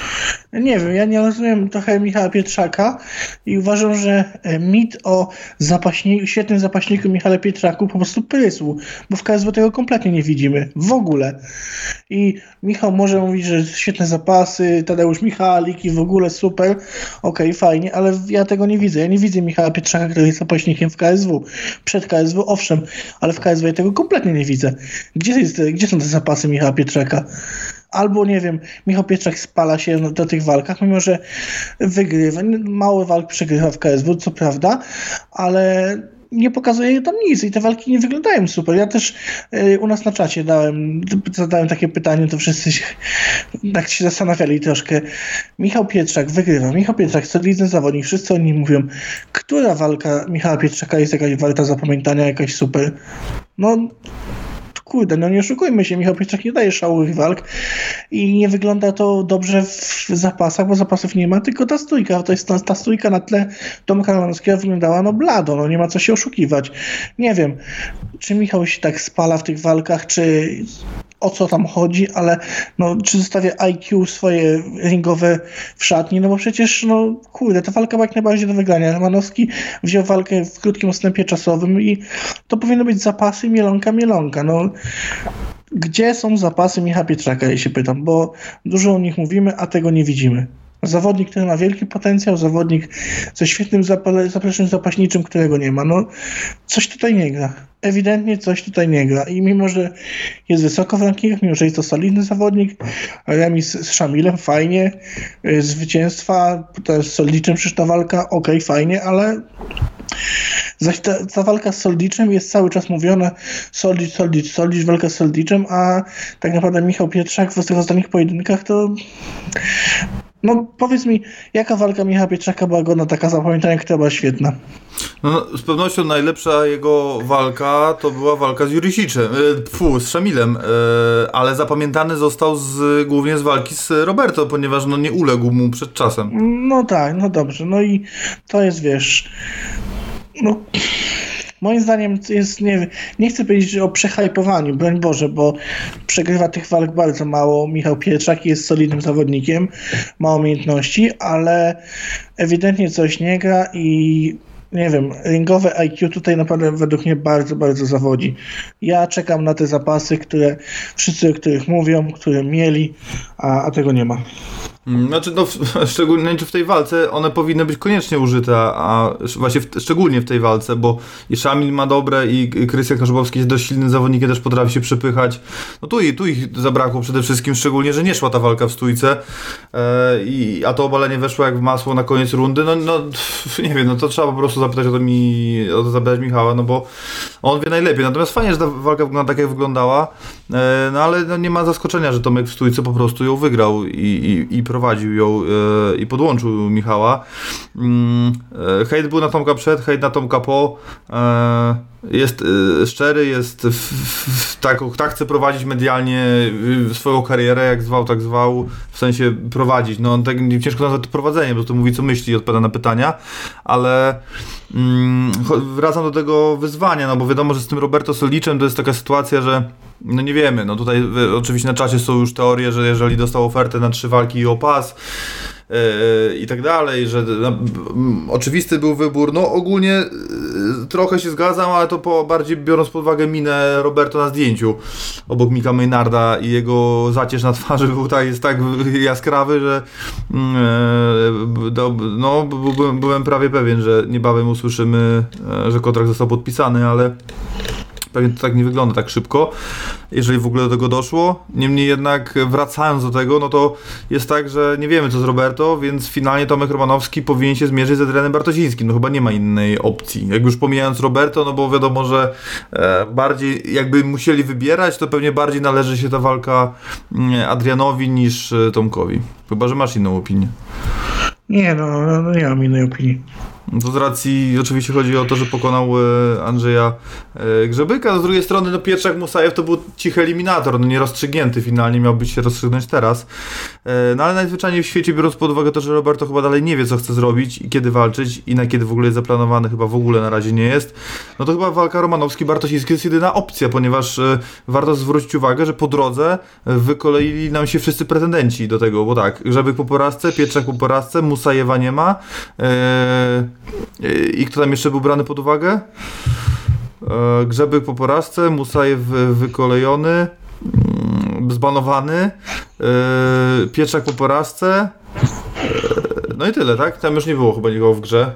S4: Nie wiem, ja nie rozumiem trochę Michała Pietrzaka i uważam, że mit o zapaśniku, świetnym zapaśniku Michale Pietrzaku po prostu prysł, bo w K S W tego kompletnie nie widzimy, w ogóle. I Michał może mówić, że świetne zapasy, Tadeusz Michalik i w ogóle super, okej, okay, fajnie, ale ja tego nie widzę. Ja nie widzę Michała Pietrzaka, który jest zapaśnikiem w K S W. Przed K S W owszem, ale w K S W ja tego kompletnie nie widzę. Gdzie, jest, gdzie są te zapasy Michała Pietrzaka? Albo, nie wiem, Michał Pietrzak spala się na tych walkach, mimo że wygrywa. Mało walk przegrywa w K S W, co prawda, ale nie pokazuje tam nic i te walki nie wyglądają super. Ja też y, u nas na czacie dałem, zadałem takie pytanie, to wszyscy się, tak się zastanawiali troszkę. Michał Pietrzak wygrywa. Michał Pietrzak, solidny zawodnik, wszyscy o nim mówią. Która walka Michała Pietrzaka jest jakaś warta zapamiętania, jakaś super? No... Kurde, no nie oszukujmy się, Michał Pietrzak nie daje szałowych walk i nie wygląda to dobrze w zapasach, bo zapasów nie ma, tylko ta stójka, to jest ta, ta stójka na tle Tomka Romanowskiego wyglądała no blado, no nie ma co się oszukiwać. Nie wiem, czy Michał się tak spala w tych walkach, czy o co tam chodzi, ale no, czy zostawia I Q swoje ringowe w szatni, no bo przecież, no kurde, ta walka była jak najbardziej do wygrania. Romanowski wziął walkę w krótkim odstępie czasowym i to powinno być zapasy mielonka, mielonka. No, gdzie są zapasy Michała Pietrzaka, ja się pytam, bo dużo o nich mówimy, a tego nie widzimy. Zawodnik, który ma wielki potencjał, zawodnik ze świetnym zapleczem zapaśniczym, którego nie ma. No, coś tutaj nie gra. Ewidentnie coś tutaj nie gra. I mimo, że jest wysoko w rankingach, mimo, że jest to solidny zawodnik, remis z Szamilem, fajnie, zwycięstwa, to jest z Soldiczem przecież ta walka, okej, okay, fajnie, ale zaś ta, ta walka z Soldiczem jest cały czas mówiona Soldicz, Soldicz, Soldicz, walka z Soldiczem, a tak naprawdę Michał Pietrzak w tych ostatnich pojedynkach to... No powiedz mi, jaka walka Michała Pietrzaka była godna taka zapamiętania, która była świetna?
S3: No, z pewnością najlepsza jego walka to była walka z Jurisiczem, pfu, z Szamilem, ale zapamiętany został z, głównie z walki z Roberto, ponieważ no, nie uległ mu przed czasem.
S4: No tak, no dobrze, no i to jest, wiesz, no... Moim zdaniem jest, nie, nie chcę powiedzieć o przehypowaniu, broń Boże, bo przegrywa tych walk bardzo mało. Michał Pietrzak jest solidnym zawodnikiem, ma umiejętności, ale ewidentnie coś nie gra i nie wiem, ringowe I Q tutaj naprawdę według mnie bardzo, bardzo zawodzi. Ja czekam na te zapasy, które wszyscy, o których mówią, które mieli, a, a tego nie ma.
S3: Znaczy, no, szczególnie w tej walce one powinny być koniecznie użyte, a właśnie w, szczególnie w tej walce, bo i Szamil ma dobre i Krystian Karzubowski jest dość silnym zawodnikiem, też potrafi się przepychać. No tu, i, tu ich zabrakło przede wszystkim, szczególnie, że nie szła ta walka w stójce, e, i, a to obalenie weszło jak w masło na koniec rundy. No, no nie wiem, no to trzeba po prostu zapytać o to, mi, o to zapytać Michała, no bo on wie najlepiej. Natomiast fajnie, że ta walka wygląda tak, jak wyglądała, e, no ale no, nie ma zaskoczenia, że Tomek w stójce po prostu ją wygrał i, i, i prowadził ją e, i podłączył Michała. Mm, e, hejt był na Tomka przed, hejt na Tomka po. E, Jest y, szczery, jest w, w, tak, tak chce prowadzić medialnie y, swoją karierę, jak zwał, tak zwał, w sensie prowadzić. No on tak ciężko nazwać to prowadzeniem, bo to mówi co myśli i odpowiada na pytania, ale mm, wracam do tego wyzwania, no bo wiadomo, że z tym Roberto Soliczem to jest taka sytuacja, że no nie wiemy, no tutaj y, oczywiście na czacie są już teorie, że jeżeli dostał ofertę na trzy walki i o pas, i tak dalej, że no, oczywisty był wybór. No ogólnie y, trochę się zgadzam, ale to po, bardziej biorąc pod uwagę minę Roberto na zdjęciu obok Mika Maynarda i jego zacierz na twarzy był tak, jest tak jaskrawy, że y, do, no, byłem, byłem prawie pewien, że niebawem usłyszymy, y, że kontrakt został podpisany, ale pewnie to tak nie wygląda tak szybko, jeżeli w ogóle do tego doszło. Niemniej jednak wracając do tego, no to jest tak, że nie wiemy co z Roberto, więc finalnie Tomek Romanowski powinien się zmierzyć z Adrianem Bartosińskim. No chyba nie ma innej opcji. Jak już pomijając Roberto, no bo wiadomo, że e, bardziej jakby musieli wybierać, to pewnie bardziej należy się ta walka Adrianowi niż Tomkowi. Chyba że masz inną opinię.
S4: Nie, no, no nie mam innej opinii.
S3: To z racji, oczywiście chodzi o to, że pokonał e, Andrzeja e, Grzebyka, z drugiej strony no Pietrzak Musajew to był cichy eliminator, no nie rozstrzygnięty finalnie, miał być się rozstrzygnąć teraz. E, no ale najzwyczajniej w świecie, biorąc pod uwagę to, że Roberto chyba dalej nie wie co chce zrobić i kiedy walczyć i na kiedy w ogóle jest zaplanowany, chyba w ogóle na razie nie jest, no to chyba walka Romanowski-Bartosiński jest jedyna opcja, ponieważ e, warto zwrócić uwagę, że po drodze wykoleili nam się wszyscy pretendenci do tego, bo tak, Grzebyk po porażce, Pietrzak po porażce, Musajewa nie ma, e, i kto tam jeszcze był brany pod uwagę? Grzebyk po porażce, Musajew wykolejony, zbanowany, Pietrzak po porażce, no i tyle, tak? Tam już nie było chyba nikogo w grze.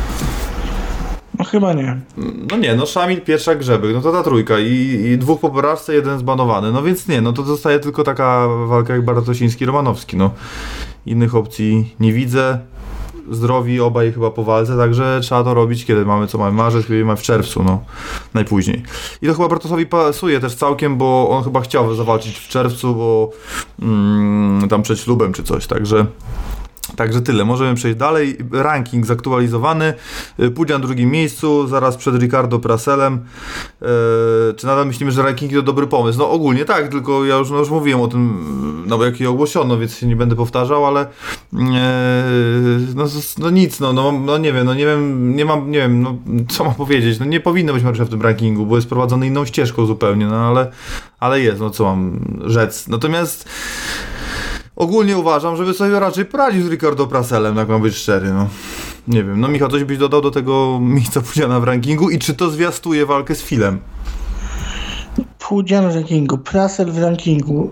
S4: No chyba nie.
S3: No nie, no Szamil, Pietrzak, Grzebyk, no to ta trójka i, i dwóch po porażce, jeden zbanowany, no więc nie, no to zostaje tylko taka walka jak Bartosiński-Romanowski, no innych opcji nie widzę. Zdrowi obaj chyba po walce, także trzeba to robić, kiedy mamy, co mamy, marzec, kiedy mamy w czerwcu, no, najpóźniej. I to chyba Bartosowi pasuje też całkiem, bo on chyba chciał zawalczyć w czerwcu, bo mm, tam przed ślubem czy coś, także... Także tyle, możemy przejść dalej. Ranking zaktualizowany. Pudzian na drugim miejscu, zaraz przed Ricardo Praselem. Eee, czy nadal myślimy, że rankingi to dobry pomysł? No ogólnie tak, tylko ja już, no, już mówiłem o tym, no bo jak je ogłosiono, więc się nie będę powtarzał, ale eee, no, no nic, no, no, no nie wiem, no nie wiem, nie mam, nie wiem, no co mam powiedzieć, no nie powinno być Mariusza w tym rankingu, bo jest prowadzony inną ścieżką zupełnie, no ale, ale jest, no co mam rzec. Natomiast ogólnie uważam, żeby sobie raczej poradził z Ricardo Praselem, tak mam być szczery, no. Nie wiem, no Michał, coś byś dodał do tego miejsca Pudziana w rankingu i czy to zwiastuje walkę z Filem?
S4: Pudzian w rankingu, Prasel w rankingu.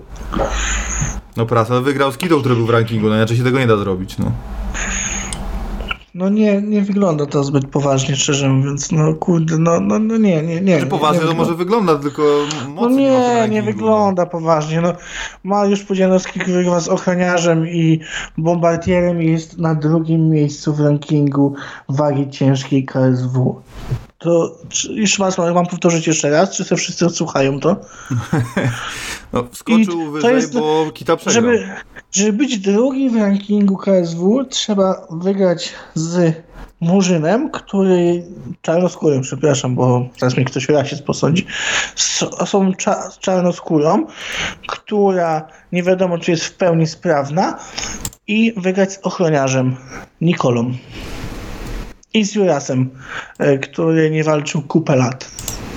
S3: No Prasel wygrał z Kitą, który był w rankingu, no inaczej się tego nie da zrobić, no.
S4: No nie, nie wygląda to zbyt poważnie, szczerze mówiąc, no kurde, no, no, no nie, nie, nie.
S3: Czy poważnie
S4: nie,
S3: to
S4: nie
S3: może wygląda, tylko mocno
S4: no nie,
S3: nie,
S4: nie wygląda poważnie, no Mariusz Pudzianowski wygrywa z ochroniarzem i bombardierem i jest na drugim miejscu w rankingu wagi ciężkiej K S W. To czy, jeszcze raz mam powtórzyć jeszcze raz, czy sobie wszyscy odsłuchają to?
S3: No, wskoczył wyżej, jest, bo Kita przegrał. Żeby,
S4: żeby być drugi w rankingu K S W, trzeba wygrać z Murzynem, który czarnoskórym, przepraszam, bo teraz mi ktoś rasizm posądzi, z osobą cza, czarnoskórą, która nie wiadomo, czy jest w pełni sprawna, i wygrać z ochroniarzem Nikolą. I z Jurasem, który nie walczył kupę lat.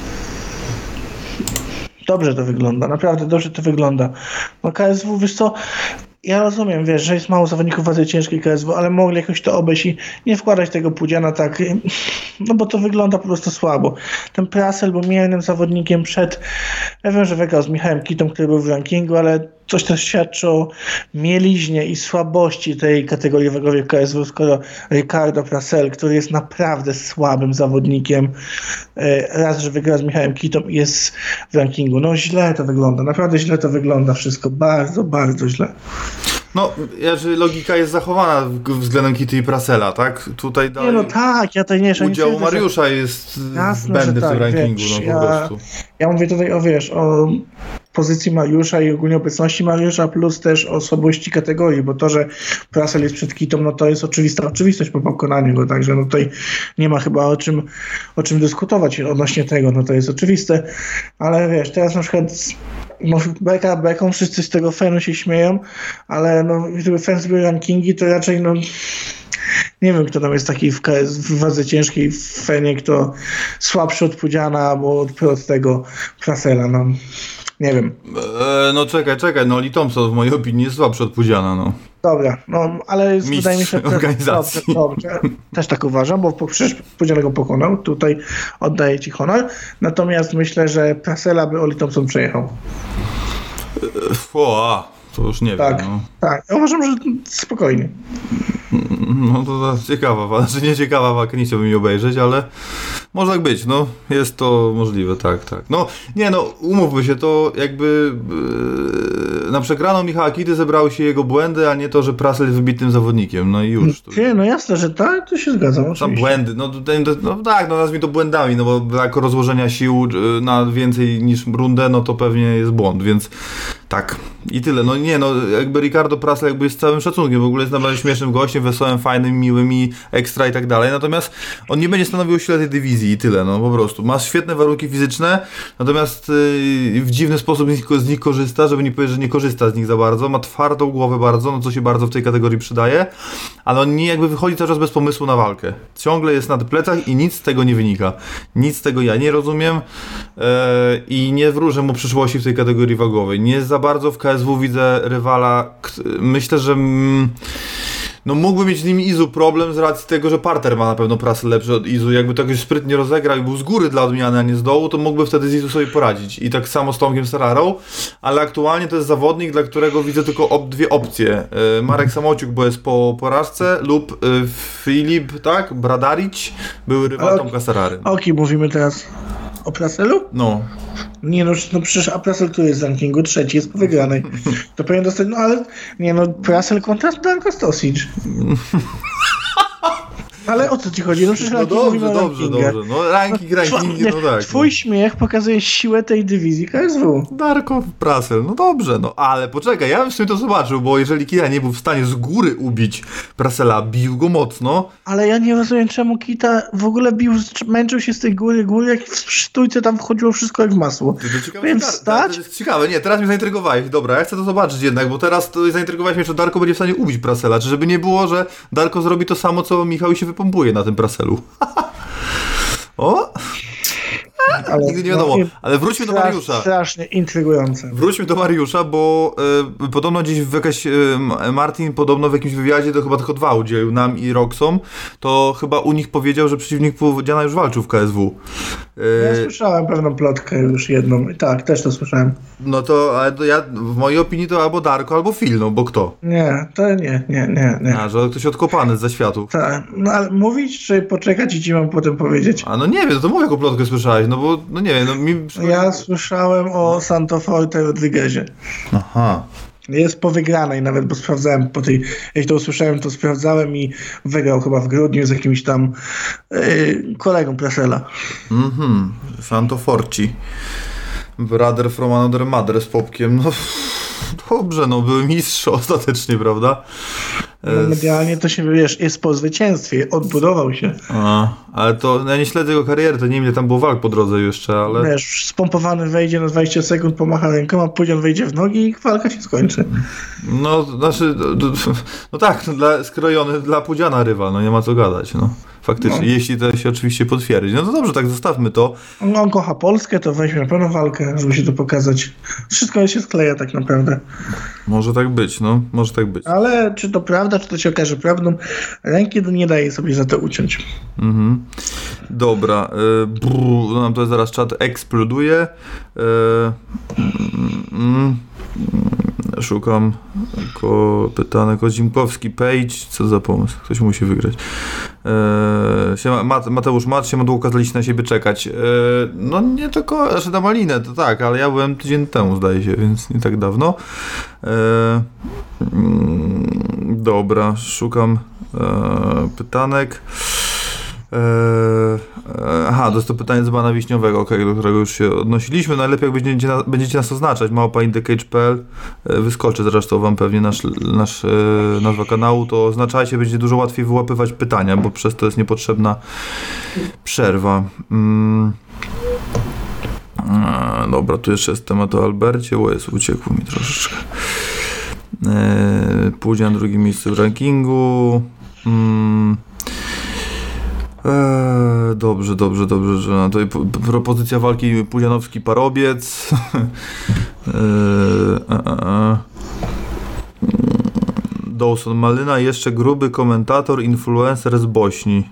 S4: Dobrze to wygląda, naprawdę dobrze to wygląda. No K S W, wiesz co, ja rozumiem, wiesz, że jest mało zawodników wadze ciężkiej K S W, ale mogli jakoś to obejść i nie wkładać tego Pudziana tak, no bo to wygląda po prostu słabo. Ten Prasel był miernym zawodnikiem przed, ja wiem, że wygrał z Michałem Kitą, który był w rankingu, ale coś to świadczy o mieliźnie i słabości tej kategorii wagowej K S W, skoro Ricardo Prasel, który jest naprawdę słabym zawodnikiem, raz, że wygrał z Michałem Kitą i jest w rankingu. No źle to wygląda, naprawdę źle to wygląda wszystko, bardzo, bardzo źle.
S3: No, jeżeli logika jest zachowana względem Kitty i Prasela, tak? Tutaj dalej...
S4: Nie no tak, ja tutaj nie...
S3: Udział
S4: nie
S3: Mariusza
S4: że...
S3: jest
S4: Jasne,
S3: zbędny w
S4: tak,
S3: tym rankingu,
S4: wiesz,
S3: no po
S4: ja,
S3: prostu.
S4: Ja mówię tutaj o, wiesz, o pozycji Mariusza i ogólnie obecności Mariusza, plus też o słabości kategorii, bo to, że Prasel jest przed Kitą, no to jest oczywista oczywistość po pokonaniu go, także no tutaj nie ma chyba o czym, o czym dyskutować odnośnie tego, no to jest oczywiste, ale wiesz, teraz na przykład no, beka beką, wszyscy z tego fanu się śmieją, ale no, gdyby fan zbił rankingi, to raczej no nie wiem, kto tam jest taki w, w wadze ciężkiej w Fenie, kto słabszy od Pudziana albo od, od tego Prasela, no nie wiem.
S3: E, no czekaj, czekaj, no Lee Thompson w mojej opinii jest słabszy od Pudziana, no.
S4: Dobra, no ale
S3: Mistrz
S4: wydaje mi się, że
S3: organizacji.
S4: Dobrze, dobrze, też tak uważam, bo przecież Pudziana go pokonał, tutaj oddaję ci honor, natomiast myślę, że Prasela by Lee Thompson przejechał.
S3: O, a, to już nie
S4: Tak,
S3: wiem, no.
S4: tak, ja uważam, że spokojnie.
S3: No to ciekawa, znaczy nie ciekawa walka, nie chciałbym jej obejrzeć, ale może tak być, no jest to możliwe, tak, tak. No nie no, umówmy się, to jakby yy, na przegraną Michała Kitty zebrały się jego błędy, a nie to, że Prasel jest wybitnym zawodnikiem, no i już. To...
S4: Nie, no jasne, że tak, to się zgadzam
S3: Tam
S4: oczywiście.
S3: błędy, no, to, no tak, no nazwijmy to błędami, no bo brak rozłożenia sił na więcej niż rundę, no to pewnie jest błąd, więc tak. I tyle, no nie, no jakby Ricardo Prasel jakby jest z całym szacunkiem, w ogóle jest naprawdę śmiesznym gościem, wesołym, fajnym, miłym i ekstra i tak dalej, natomiast on nie będzie stanowił o sile tej dywizji i tyle, no po prostu. Ma świetne warunki fizyczne, natomiast yy, w dziwny sposób z nich, z nich korzysta, żeby nie powiedzieć, że nie korzysta z nich za bardzo, ma twardą głowę bardzo, no co się bardzo w tej kategorii przydaje, ale on nie jakby wychodzi cały czas bez pomysłu na walkę. Ciągle jest na plecach i nic z tego nie wynika. Nic z tego ja nie rozumiem yy, i nie wróżę mu przyszłości w tej kategorii wagowej. Nie za bardzo w K S W widzę rywala, myślę, że mm, no mógłby mieć z nim Izu problem z racji tego, że parter ma na pewno Prasel lepszy od Izu. Jakby to jakoś sprytnie rozegrał i był z góry dla odmiany, a nie z dołu, to mógłby wtedy z Izu sobie poradzić. I tak samo z Tomkiem Serrarą, ale aktualnie to jest zawodnik, dla którego widzę tylko ob- dwie opcje. Yy, Marek Samociuk, bo jest po porażce, lub yy, Filip, tak, Bradarić, był rywal
S4: Ale-
S3: Tomka Serrary.
S4: O kim mówimy teraz? O Praselu?
S3: No.
S4: Nie no, no przecież a Prasel tu jest z rankingu trzeci, jest po wygranej. To powinien dostać, no ale nie no, Prasel kontra Darko Stosic. Ale o co ci chodzi? No przecież
S3: No
S4: ranking mówimy
S3: dobrze,
S4: o
S3: dobrze,
S4: rankingach.
S3: dobrze. No ranking, ranking,
S4: Two-
S3: no tak.
S4: Twój śmiech pokazuje siłę tej dywizji K S W.
S3: Darko Prasel, no dobrze, no ale poczekaj, ja bym sobie to zobaczył, bo jeżeli Kita nie był w stanie z góry ubić Prasela, bił go mocno.
S4: Ale ja nie rozumiem, czemu Kita w ogóle bił, męczył się z tej góry, góry, jak w sztućce tam wchodziło wszystko jak w masło.
S3: To, to ciekawe,
S4: Więc
S3: Dar-
S4: stać?
S3: To jest ciekawe, nie, teraz mnie zaintrygowałeś, dobra, ja chcę to zobaczyć jednak, bo teraz to zaintrygowałeś mnie, czy Darko będzie w stanie ubić Prasela, czy żeby nie było, że Darko zrobi to samo, co Michał i się wypompuje na tym Praselu. O!
S4: Ale,
S3: Nigdy nie wiadomo,
S4: no,
S3: ale wróćmy do
S4: strasz-
S3: Mariusza.
S4: Strasznie intrygujące.
S3: Wróćmy do Mariusza, bo y, podobno gdzieś w jakaś, y, Martin podobno w jakimś wywiadzie, to chyba tylko dwa udzielił, nam i Roxom, to chyba u nich powiedział, że przeciwnik Pudziana już walczył w K S W.
S4: Ja
S3: Y,
S4: słyszałem pewną plotkę już jedną. Tak, też to słyszałem.
S3: no to, ale to ja, w mojej opinii to albo Darko, albo Phil, no bo kto?
S4: Nie, to nie, nie, nie, nie.
S3: A, że ktoś odkopany z zaświatów.
S4: Tak, no ale mówić, czy poczekać i ci mam potem powiedzieć?
S3: A no nie wiem, to mówię, jaką plotkę słyszałeś, no bo, no nie wiem, no mi...
S4: Ja słyszałem o Santo Forte Rodriguezie.
S3: Aha.
S4: Jest po wygranej nawet, bo sprawdzałem po tej, jak to usłyszałem, to sprawdzałem i wygrał chyba w grudniu z jakimś tam yy, kolegą Prasela.
S3: Mhm, Santo Forci. Brother from another mother z Popkiem, no dobrze, no były mistrz ostatecznie, prawda?
S4: No, medialnie to się, wiesz, jest po zwycięstwie, odbudował się.
S3: A, ale to, no ja nie śledzę jego kariery, to nie wiem ile tam było walk po drodze jeszcze, ale...
S4: Wiesz, spompowany wejdzie na dwadzieścia sekund, pomacha ręką, a Pudzian wejdzie w nogi i walka się skończy.
S3: No, znaczy, no, no tak, no, dla, skrojony dla Pudziana rywal, no nie ma co gadać, no. Faktycznie,
S4: No.
S3: jeśli to się oczywiście potwierdzi. No to dobrze, tak zostawmy to.
S4: On, on kocha Polskę, to weźmie na pewno walkę, żeby się to pokazać. Wszystko się skleja tak naprawdę.
S3: Może tak być, no, może tak być.
S4: Ale czy to prawda, czy to się okaże prawdą, ręki nie daje sobie za to uciąć.
S3: Mhm. Dobra, y, brrr, no nam to zaraz czat eksploduje. Y, mm, mm, szukam ko, pytane Kozimkowski Page, co za pomysł, ktoś musi wygrać. Eee, siema, Mateusz Mat, siema, długo kazaliście na siebie czekać. Eee, no nie tylko, znaczy na Malinę to tak, ale ja byłem tydzień temu, zdaje się, więc nie tak dawno. Eee, mm, dobra, szukam eee, pytanek. Eee, aha, to jest to pytanie z Bana Wiśniowego, okay, do którego już się odnosiliśmy. Najlepiej jak będziecie, na, będziecie nas oznaczać, małpa indecage kropka p l, eee, wyskoczy zresztą wam pewnie nasz, nasz eee, nazwa kanału, to oznaczajcie, będzie dużo łatwiej wyłapywać pytania, bo przez to jest niepotrzebna przerwa. Mm. Eee, dobra, tu jeszcze jest temat o Albercie, o jest, uciekł mi troszeczkę. Eee, pójdzie na drugim miejscu w rankingu. Mm. Eee, dobrze, dobrze, dobrze, że na to propozycja walki Pudzianowski-Parobiec. eee, a, a, a. Dawson Malyna, jeszcze gruby komentator, influencer z Bośni.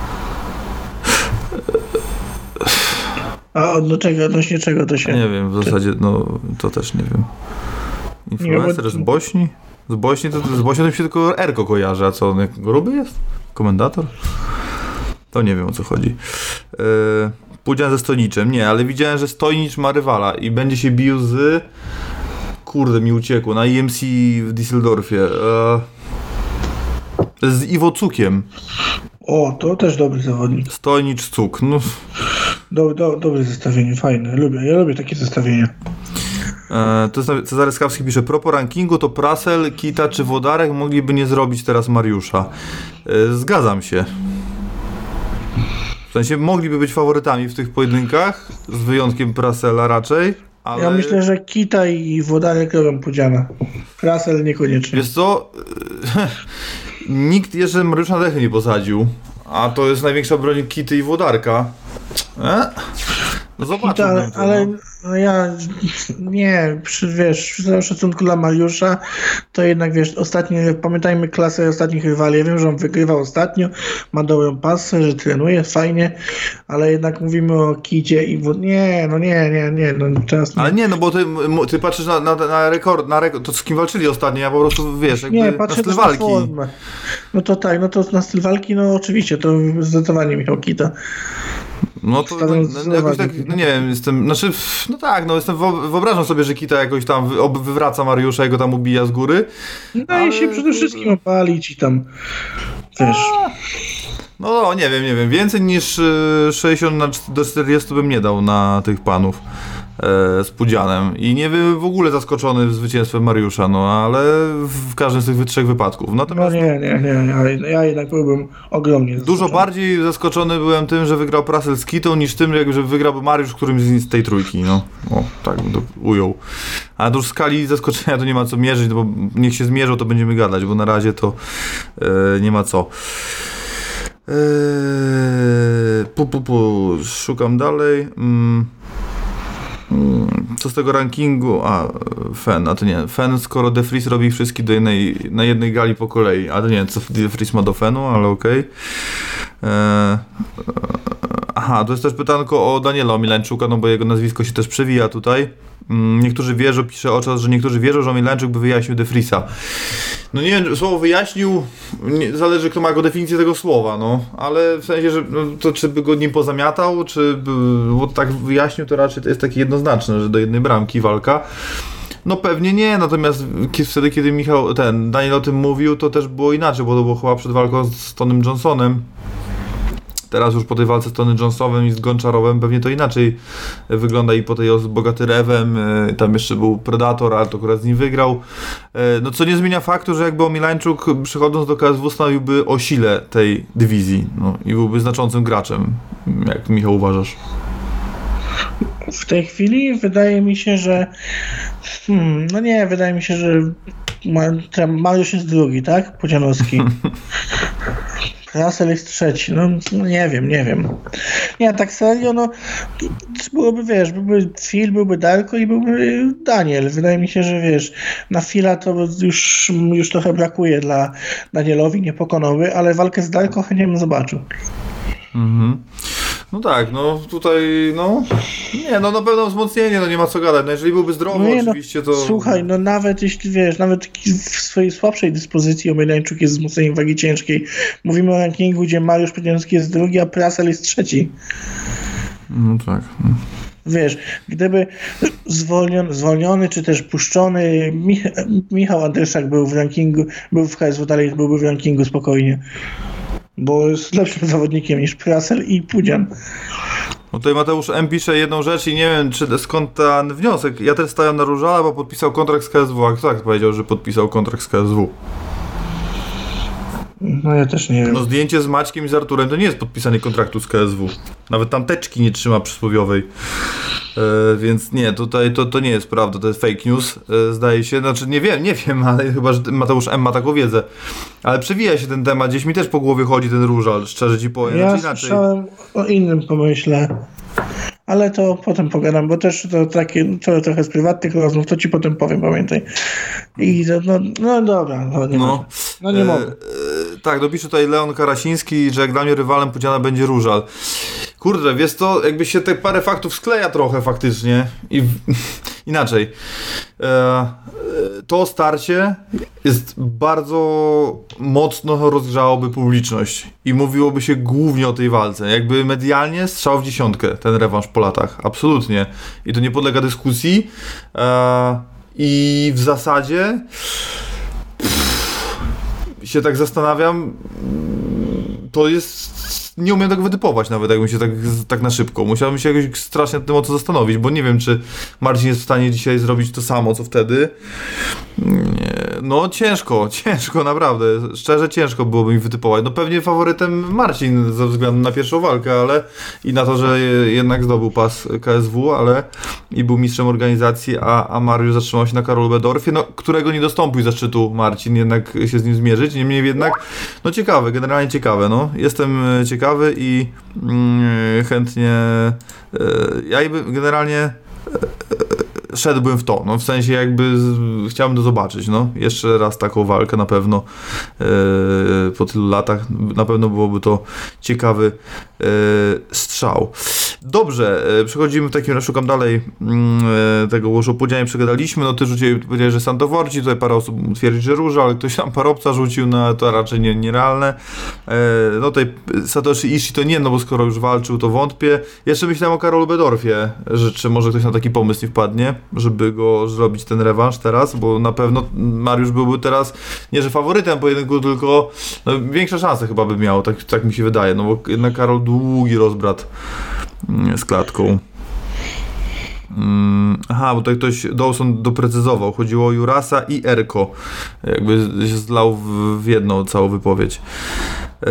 S4: A do czego, odnośnie czego to się...
S3: Nie wiem, w zasadzie, no to też nie wiem. Influencer z Bośni? Z Bośni to z Bośni to mi się tylko Erko kojarzy, a co, on jak gruby jest? Komentator? To nie wiem, o co chodzi. Yy, Pudzian ze Stojniczem. Nie, ale widziałem, że Stojnicz ma rywala i będzie się bił z... Kurde, mi uciekło. Na I M C w Düsseldorfie. Yy, z Iwo Cukiem.
S4: O, to też dobry zawodnik.
S3: Stojnicz Cuk. No.
S4: Do, do, dobre zestawienie, fajne. Lubię, ja lubię takie zestawienia.
S3: E, to jest, Cezary Skawski pisze, propos rankingu, to Prasel, Kita czy Wodarek mogliby nie zrobić teraz Mariusza. E, zgadzam się. W sensie mogliby być faworytami w tych pojedynkach, z wyjątkiem Prasela raczej, ale...
S4: Ja myślę, że Kita i Wodarek robią Pudziana. Prasel niekoniecznie.
S3: Wiesz co? Nikt jeszcze Mariusza na dechy nie posadził, a to jest największa broń Kity i Wodarka. E? No zobaczmy.
S4: Ale, ale no ja nie, przy, wiesz, przy całym szacunku dla Mariusza, to jednak wiesz, ostatnie, pamiętajmy klasę ostatnich rywali. Ja wiem, że on wygrywał ostatnio, ma dobrą pasę, że trenuje fajnie, ale jednak mówimy o Kidzie i w... nie, no nie, nie, nie, no teraz nie.
S3: Ale nie, no bo ty, ty patrzysz na, na, na rekord, na rekord, to z kim walczyli ostatnio, ja po prostu wiesz, jakby
S4: nie,
S3: na styl walki. Na formę.
S4: No to tak, no to na styl walki, no oczywiście, to zdecydowanie Michał Kita.
S3: No to no, no, jakoś tak, no nie wiem, jestem, znaczy, no tak, no jestem, wyobrażam sobie, że Kita jakoś tam wy, wywraca Mariusza i go tam ubija z góry.
S4: Daje ale... się przede wszystkim opalić i tam, wiesz...
S3: No, no nie wiem, nie wiem, więcej niż sześćdziesiąt do czterdziestu bym nie dał na tych panów e, z Pudzianem i nie byłem w ogóle zaskoczony zwycięstwem Mariusza, no ale w każdym z tych trzech wypadków. Natomiast,
S4: no nie, nie, nie, ja, ja jednak byłbym ogromnie zaskoczony.
S3: Dużo bardziej zaskoczony byłem tym, że wygrał Prasel z Kitą, niż tym, że wygrałby Mariusz którymś z tej trójki, no. O, tak bym to ujął. A już w skali zaskoczenia to nie ma co mierzyć, no bo niech się zmierzą, to będziemy gadać, bo na razie to e, nie ma co. Eee, pu, pu, pu. Szukam dalej. Mm. Co z tego rankingu? A, Fen, a to nie. Fen, skoro De Vries robi wszystkie do jednej, na jednej gali po kolei. A to nie, co De Vries ma do Fenu, ale okej. Okay. Eee, aha, to jest też pytanko o Daniela Omilańczuka, no bo jego nazwisko się też przewija tutaj. Niektórzy wierzą, pisze Oczas, że niektórzy wierzą, że Omilańczuk by wyjaśnił De Vriesa. No nie wiem, słowo wyjaśnił, nie, zależy kto ma jako definicję tego słowa, no, ale w sensie, że no, to czy by go nim pozamiatał, czy by, bo tak wyjaśnił, to raczej to jest takie jednoznaczne, że do jednej bramki walka. No pewnie nie, natomiast wtedy, kiedy Michał, ten, Daniel o tym mówił, to też było inaczej, bo to było chyba przed walką z Tonym Johnsonem. Teraz już po tej walce z Tony Johnsonem i z Gonczarowem pewnie to inaczej wygląda i po tej z Bogatyrewem, tam jeszcze był Predator, ale to akurat z nim wygrał. No co nie zmienia faktu, że jakby Omilańczuk przychodząc do K S W stanowiłby o sile tej dywizji, no, i byłby znaczącym graczem. Jak Michał uważasz?
S4: W tej chwili wydaje mi się, że hmm, no nie, wydaje mi się, że Mariusz jest drugi, tak? Pudzianowski. Prasel jest trzeci, no, no nie wiem, nie wiem. Nie, tak serio, no byłoby, wiesz, byłby Phil, byłby Darko i byłby Daniel. Wydaje mi się, że wiesz, na Phila to już, już trochę brakuje dla Danielowi, nie pokonałby, ale walkę z Darko chętnie bym zobaczył.
S3: Mhm. No tak, no tutaj, no, nie, no na pewno wzmocnienie, no nie ma co gadać, no jeżeli byłby zdrowy
S4: No nie, no,
S3: oczywiście, to...
S4: Słuchaj, no nawet jeśli wiesz, nawet w swojej słabszej dyspozycji Omielańczuk jest wzmocnieniem wagi ciężkiej. Mówimy o rankingu, gdzie Mariusz Pudzianowski jest drugi, a Prasel jest trzeci.
S3: No tak.
S4: Wiesz, gdyby zwolniony, zwolniony czy też puszczony Mich- Michał Andryszak był w rankingu, był w K S W, dalej byłby w rankingu spokojnie. Bo jest lepszym zawodnikiem niż Prasel i Pudzian.
S3: No tutaj Mateusz M. pisze jedną rzecz i nie wiem, czy skąd ten wniosek. Ja też stawiam na Różala, bo podpisał kontrakt z K S W. A kto tak powiedział, że podpisał kontrakt z K S W?
S4: No ja też nie wiem.
S3: No zdjęcie z Maćkiem i z Arturem to nie jest podpisanie kontraktu z K S W. Nawet tam teczki nie trzyma przysłowiowej. E, więc nie, tutaj to, to nie jest prawda, to jest fake news, e, zdaje się. Znaczy nie wiem, nie wiem, ale chyba, że Mateusz M. ma taką wiedzę. Ale przewija się ten temat, gdzieś mi też po głowie chodzi ten Różal, szczerze ci powiem.
S4: Ja
S3: znaczy, inaczej.
S4: słyszałem o innym pomyśle. Ale to potem pogadam, bo też to takie, to trochę z prywatnych rozmów, to ci potem powiem, pamiętaj. I no, no dobra, no nie,
S3: No,
S4: no nie
S3: e,
S4: mogę.
S3: E, tak, dopisze tutaj Leon Karasiński, że jak dla mnie rywalem Pudziana będzie Różal. Kurde, wiesz to, jakby się te parę faktów skleja trochę faktycznie. I w, inaczej. E, to starcie jest bardzo mocno rozgrzałoby publiczność i mówiłoby się głównie o tej walce. Jakby medialnie strzał w dziesiątkę ten rewanż po latach. Absolutnie. I to nie podlega dyskusji. E, I w zasadzie pff, się tak zastanawiam, to jest... Nie umiem tego wytypować nawet, jakbym się tak, tak na szybko. Musiałbym się jakoś strasznie nad tym mocno zastanowić, bo nie wiem, czy Marcin jest w stanie dzisiaj zrobić to samo, co wtedy. Nie, no ciężko, ciężko, naprawdę. Szczerze ciężko byłoby mi wytypować. No pewnie faworytem Marcin ze względu na pierwszą walkę, ale i na to, że jednak zdobył pas K S W, ale i był mistrzem organizacji, a, a Mariusz zatrzymał się na Karolu Bedorfie, no, którego nie dostąpił zaszczytu Marcin jednak się z nim zmierzyć. Niemniej jednak, no ciekawe, generalnie ciekawe, no. Jestem ciekawy i mm, chętnie e, ja generalnie e, e, szedłbym w to, no w sensie jakby z, chciałbym to zobaczyć, no jeszcze raz taką walkę na pewno e, po tylu latach, na pewno byłoby to ciekawy e, strzał. Dobrze, e, przechodzimy w takim razie, szukam dalej e, tego Łoszopudzia, nie przegadaliśmy, no ty rzuciłeś, powiedziałeś, że Santoforci, tutaj parę osób twierdzi, że Róża, ale ktoś tam parobca rzucił, no to raczej nie, nierealne. E, no tutaj Satoshi Ishii to nie, no bo skoro już walczył, to wątpię. Jeszcze myślałem o Karolu Bedorfie, że czy może ktoś na taki pomysł nie wpadnie, żeby go zrobić ten rewanż teraz, bo na pewno Mariusz byłby teraz nie, że faworytem pojedynku, tylko no, większe szanse chyba by miał, tak, tak mi się wydaje, no bo jednak Karol długi rozbrat z klatką. Hmm, aha, bo tutaj ktoś, Dawson doprecyzował, chodziło o Jurasa i Erko, jakby się zlał w, w jedną całą wypowiedź. Eee,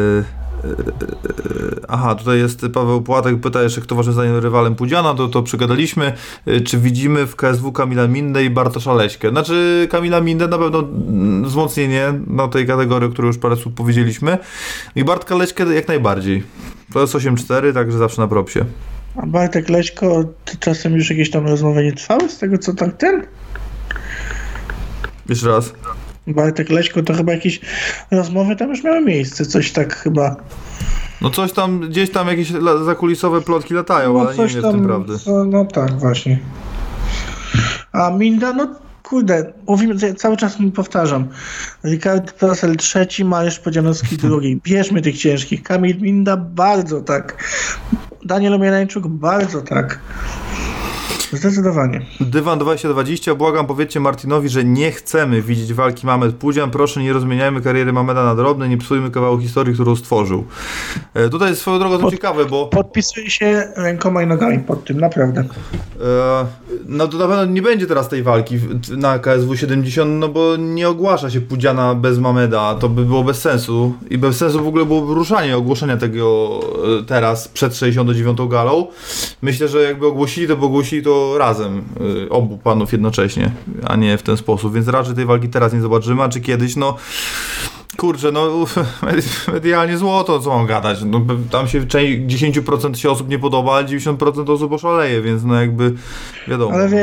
S3: Aha, tutaj jest Paweł Płatek, pyta jeszcze, kto waszym zdaniem rywalem Pudziana, to, to przygadaliśmy. Czy widzimy w K S W Kamila Mindę i Bartosza Leśkę? Znaczy Kamila Mindę na pewno wzmocnienie na tej kategorii, o której już parę słów powiedzieliśmy. I Bartka Leśkę jak najbardziej. To jest osiem cztery, także zawsze na propsie.
S4: A Bartek Leśko, to czasem już jakieś tam rozmowy nie trwały z tego, co tak ten?
S3: Jeszcze raz.
S4: Bartek Leśko, to chyba jakieś rozmowy tam już miały miejsce, coś tak chyba.
S3: No coś tam, gdzieś tam jakieś la- zakulisowe plotki latają,
S4: No
S3: ale nie
S4: coś
S3: wiem,
S4: tam,
S3: w tym prawdy.
S4: no, no tak, właśnie. A Minda, no kurde, mówimy, cały czas mi powtarzam. Ricardo Prasel trzeci, Mariusz Pudzianowski drugi. Bierzmy tych ciężkich. Kamil Minda bardzo tak. Daniel Omielańczuk bardzo tak. Zdecydowanie.
S3: Dywan dwadzieścia dwadzieścia, błagam, powiedzcie Martinowi, że nie chcemy widzieć walki Mamed-Pudzian, proszę nie rozmieniajmy kariery Mameda na drobne, nie psujmy kawału historii, którą stworzył. E, tutaj jest swoją drogą to
S4: Pod,
S3: ciekawe, bo...
S4: Podpisuję się rękoma i nogami pod tym, naprawdę.
S3: E, no to na pewno nie będzie teraz tej walki na K S W siedemdziesiąt, no bo nie ogłasza się Pudziana bez Mameda, to by było bez sensu i bez sensu w ogóle byłoby ruszanie ogłoszenia tego teraz przed sześćdziesiątą dziewiątą galą. Myślę, że jakby ogłosili, to by ogłosili to razem y, obu panów jednocześnie, a nie w ten sposób, więc raczej tej walki teraz nie zobaczymy, a czy kiedyś, no kurczę, no medialnie złoto, co mam gadać, no, tam się dziesięć procent się osób nie podoba, ale dziewięćdziesiąt procent osób oszaleje, więc no jakby wiadomo.
S4: Ale wiesz,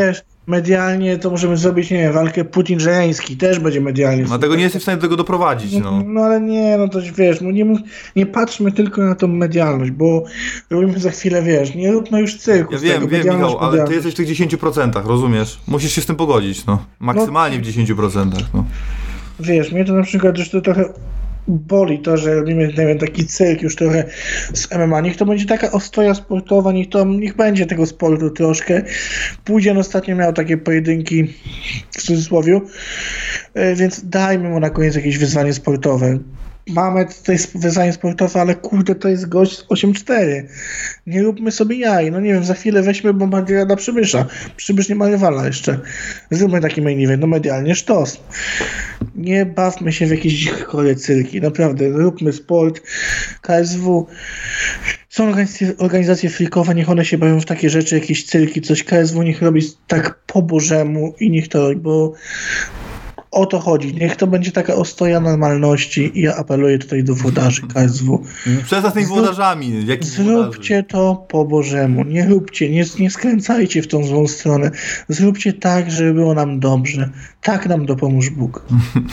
S4: medialnie to możemy zrobić, nie wiem, walkę Putin-Żeleński, też będzie medialnie.
S3: Dlatego nie jesteś w stanie do tego doprowadzić, no.
S4: No ale nie, no to wiesz, no nie, mów- nie patrzmy tylko na tą medialność, bo robimy za chwilę, wiesz, nie róbmy już cyrku
S3: Ja
S4: z
S3: wiem,
S4: tego,
S3: wiem,
S4: medialność,
S3: Michał, ale ty
S4: medialność.
S3: jesteś w tych dziesięciu procentach, rozumiesz? Musisz się z tym pogodzić, no. Maksymalnie w dziesięciu procentach, no.
S4: Wiesz, mnie to na przykład już to trochę boli to, że robimy, nie wiem, taki cyrk już trochę z M M A. Niech to będzie taka ostoja sportowa, niech to, niech będzie tego sportu troszkę. Pudzian ostatnio miał takie pojedynki w cudzysłowie, e, więc dajmy mu na koniec jakieś wyzwanie sportowe. Mamy tutaj wyzwanie sportowe, ale kurde, to jest gość z osiem cztery. Nie róbmy sobie jaj. No nie wiem, za chwilę weźmy Bombardiera na Przybysza. Przybysz nie ma rywala jeszcze. Zróbmy taki main event, no medialnie sztos. Nie bawmy się w jakieś chore cyrki. Naprawdę, róbmy sport. K S W. Są organizacje, organizacje freakowe, niech one się bawią w takie rzeczy, jakieś cyrki, coś. K S W niech robi tak po bożemu i niech to robi, bo o to chodzi. Niech to będzie taka ostoja normalności i ja apeluję tutaj do włodarzy K S W.
S3: Przestań z tymi włodarzami. Jakich
S4: Zróbcie to po bożemu. Nie róbcie, nie, nie skręcajcie w tą złą stronę. Zróbcie tak, żeby było nam dobrze. Tak nam dopomóż Bóg.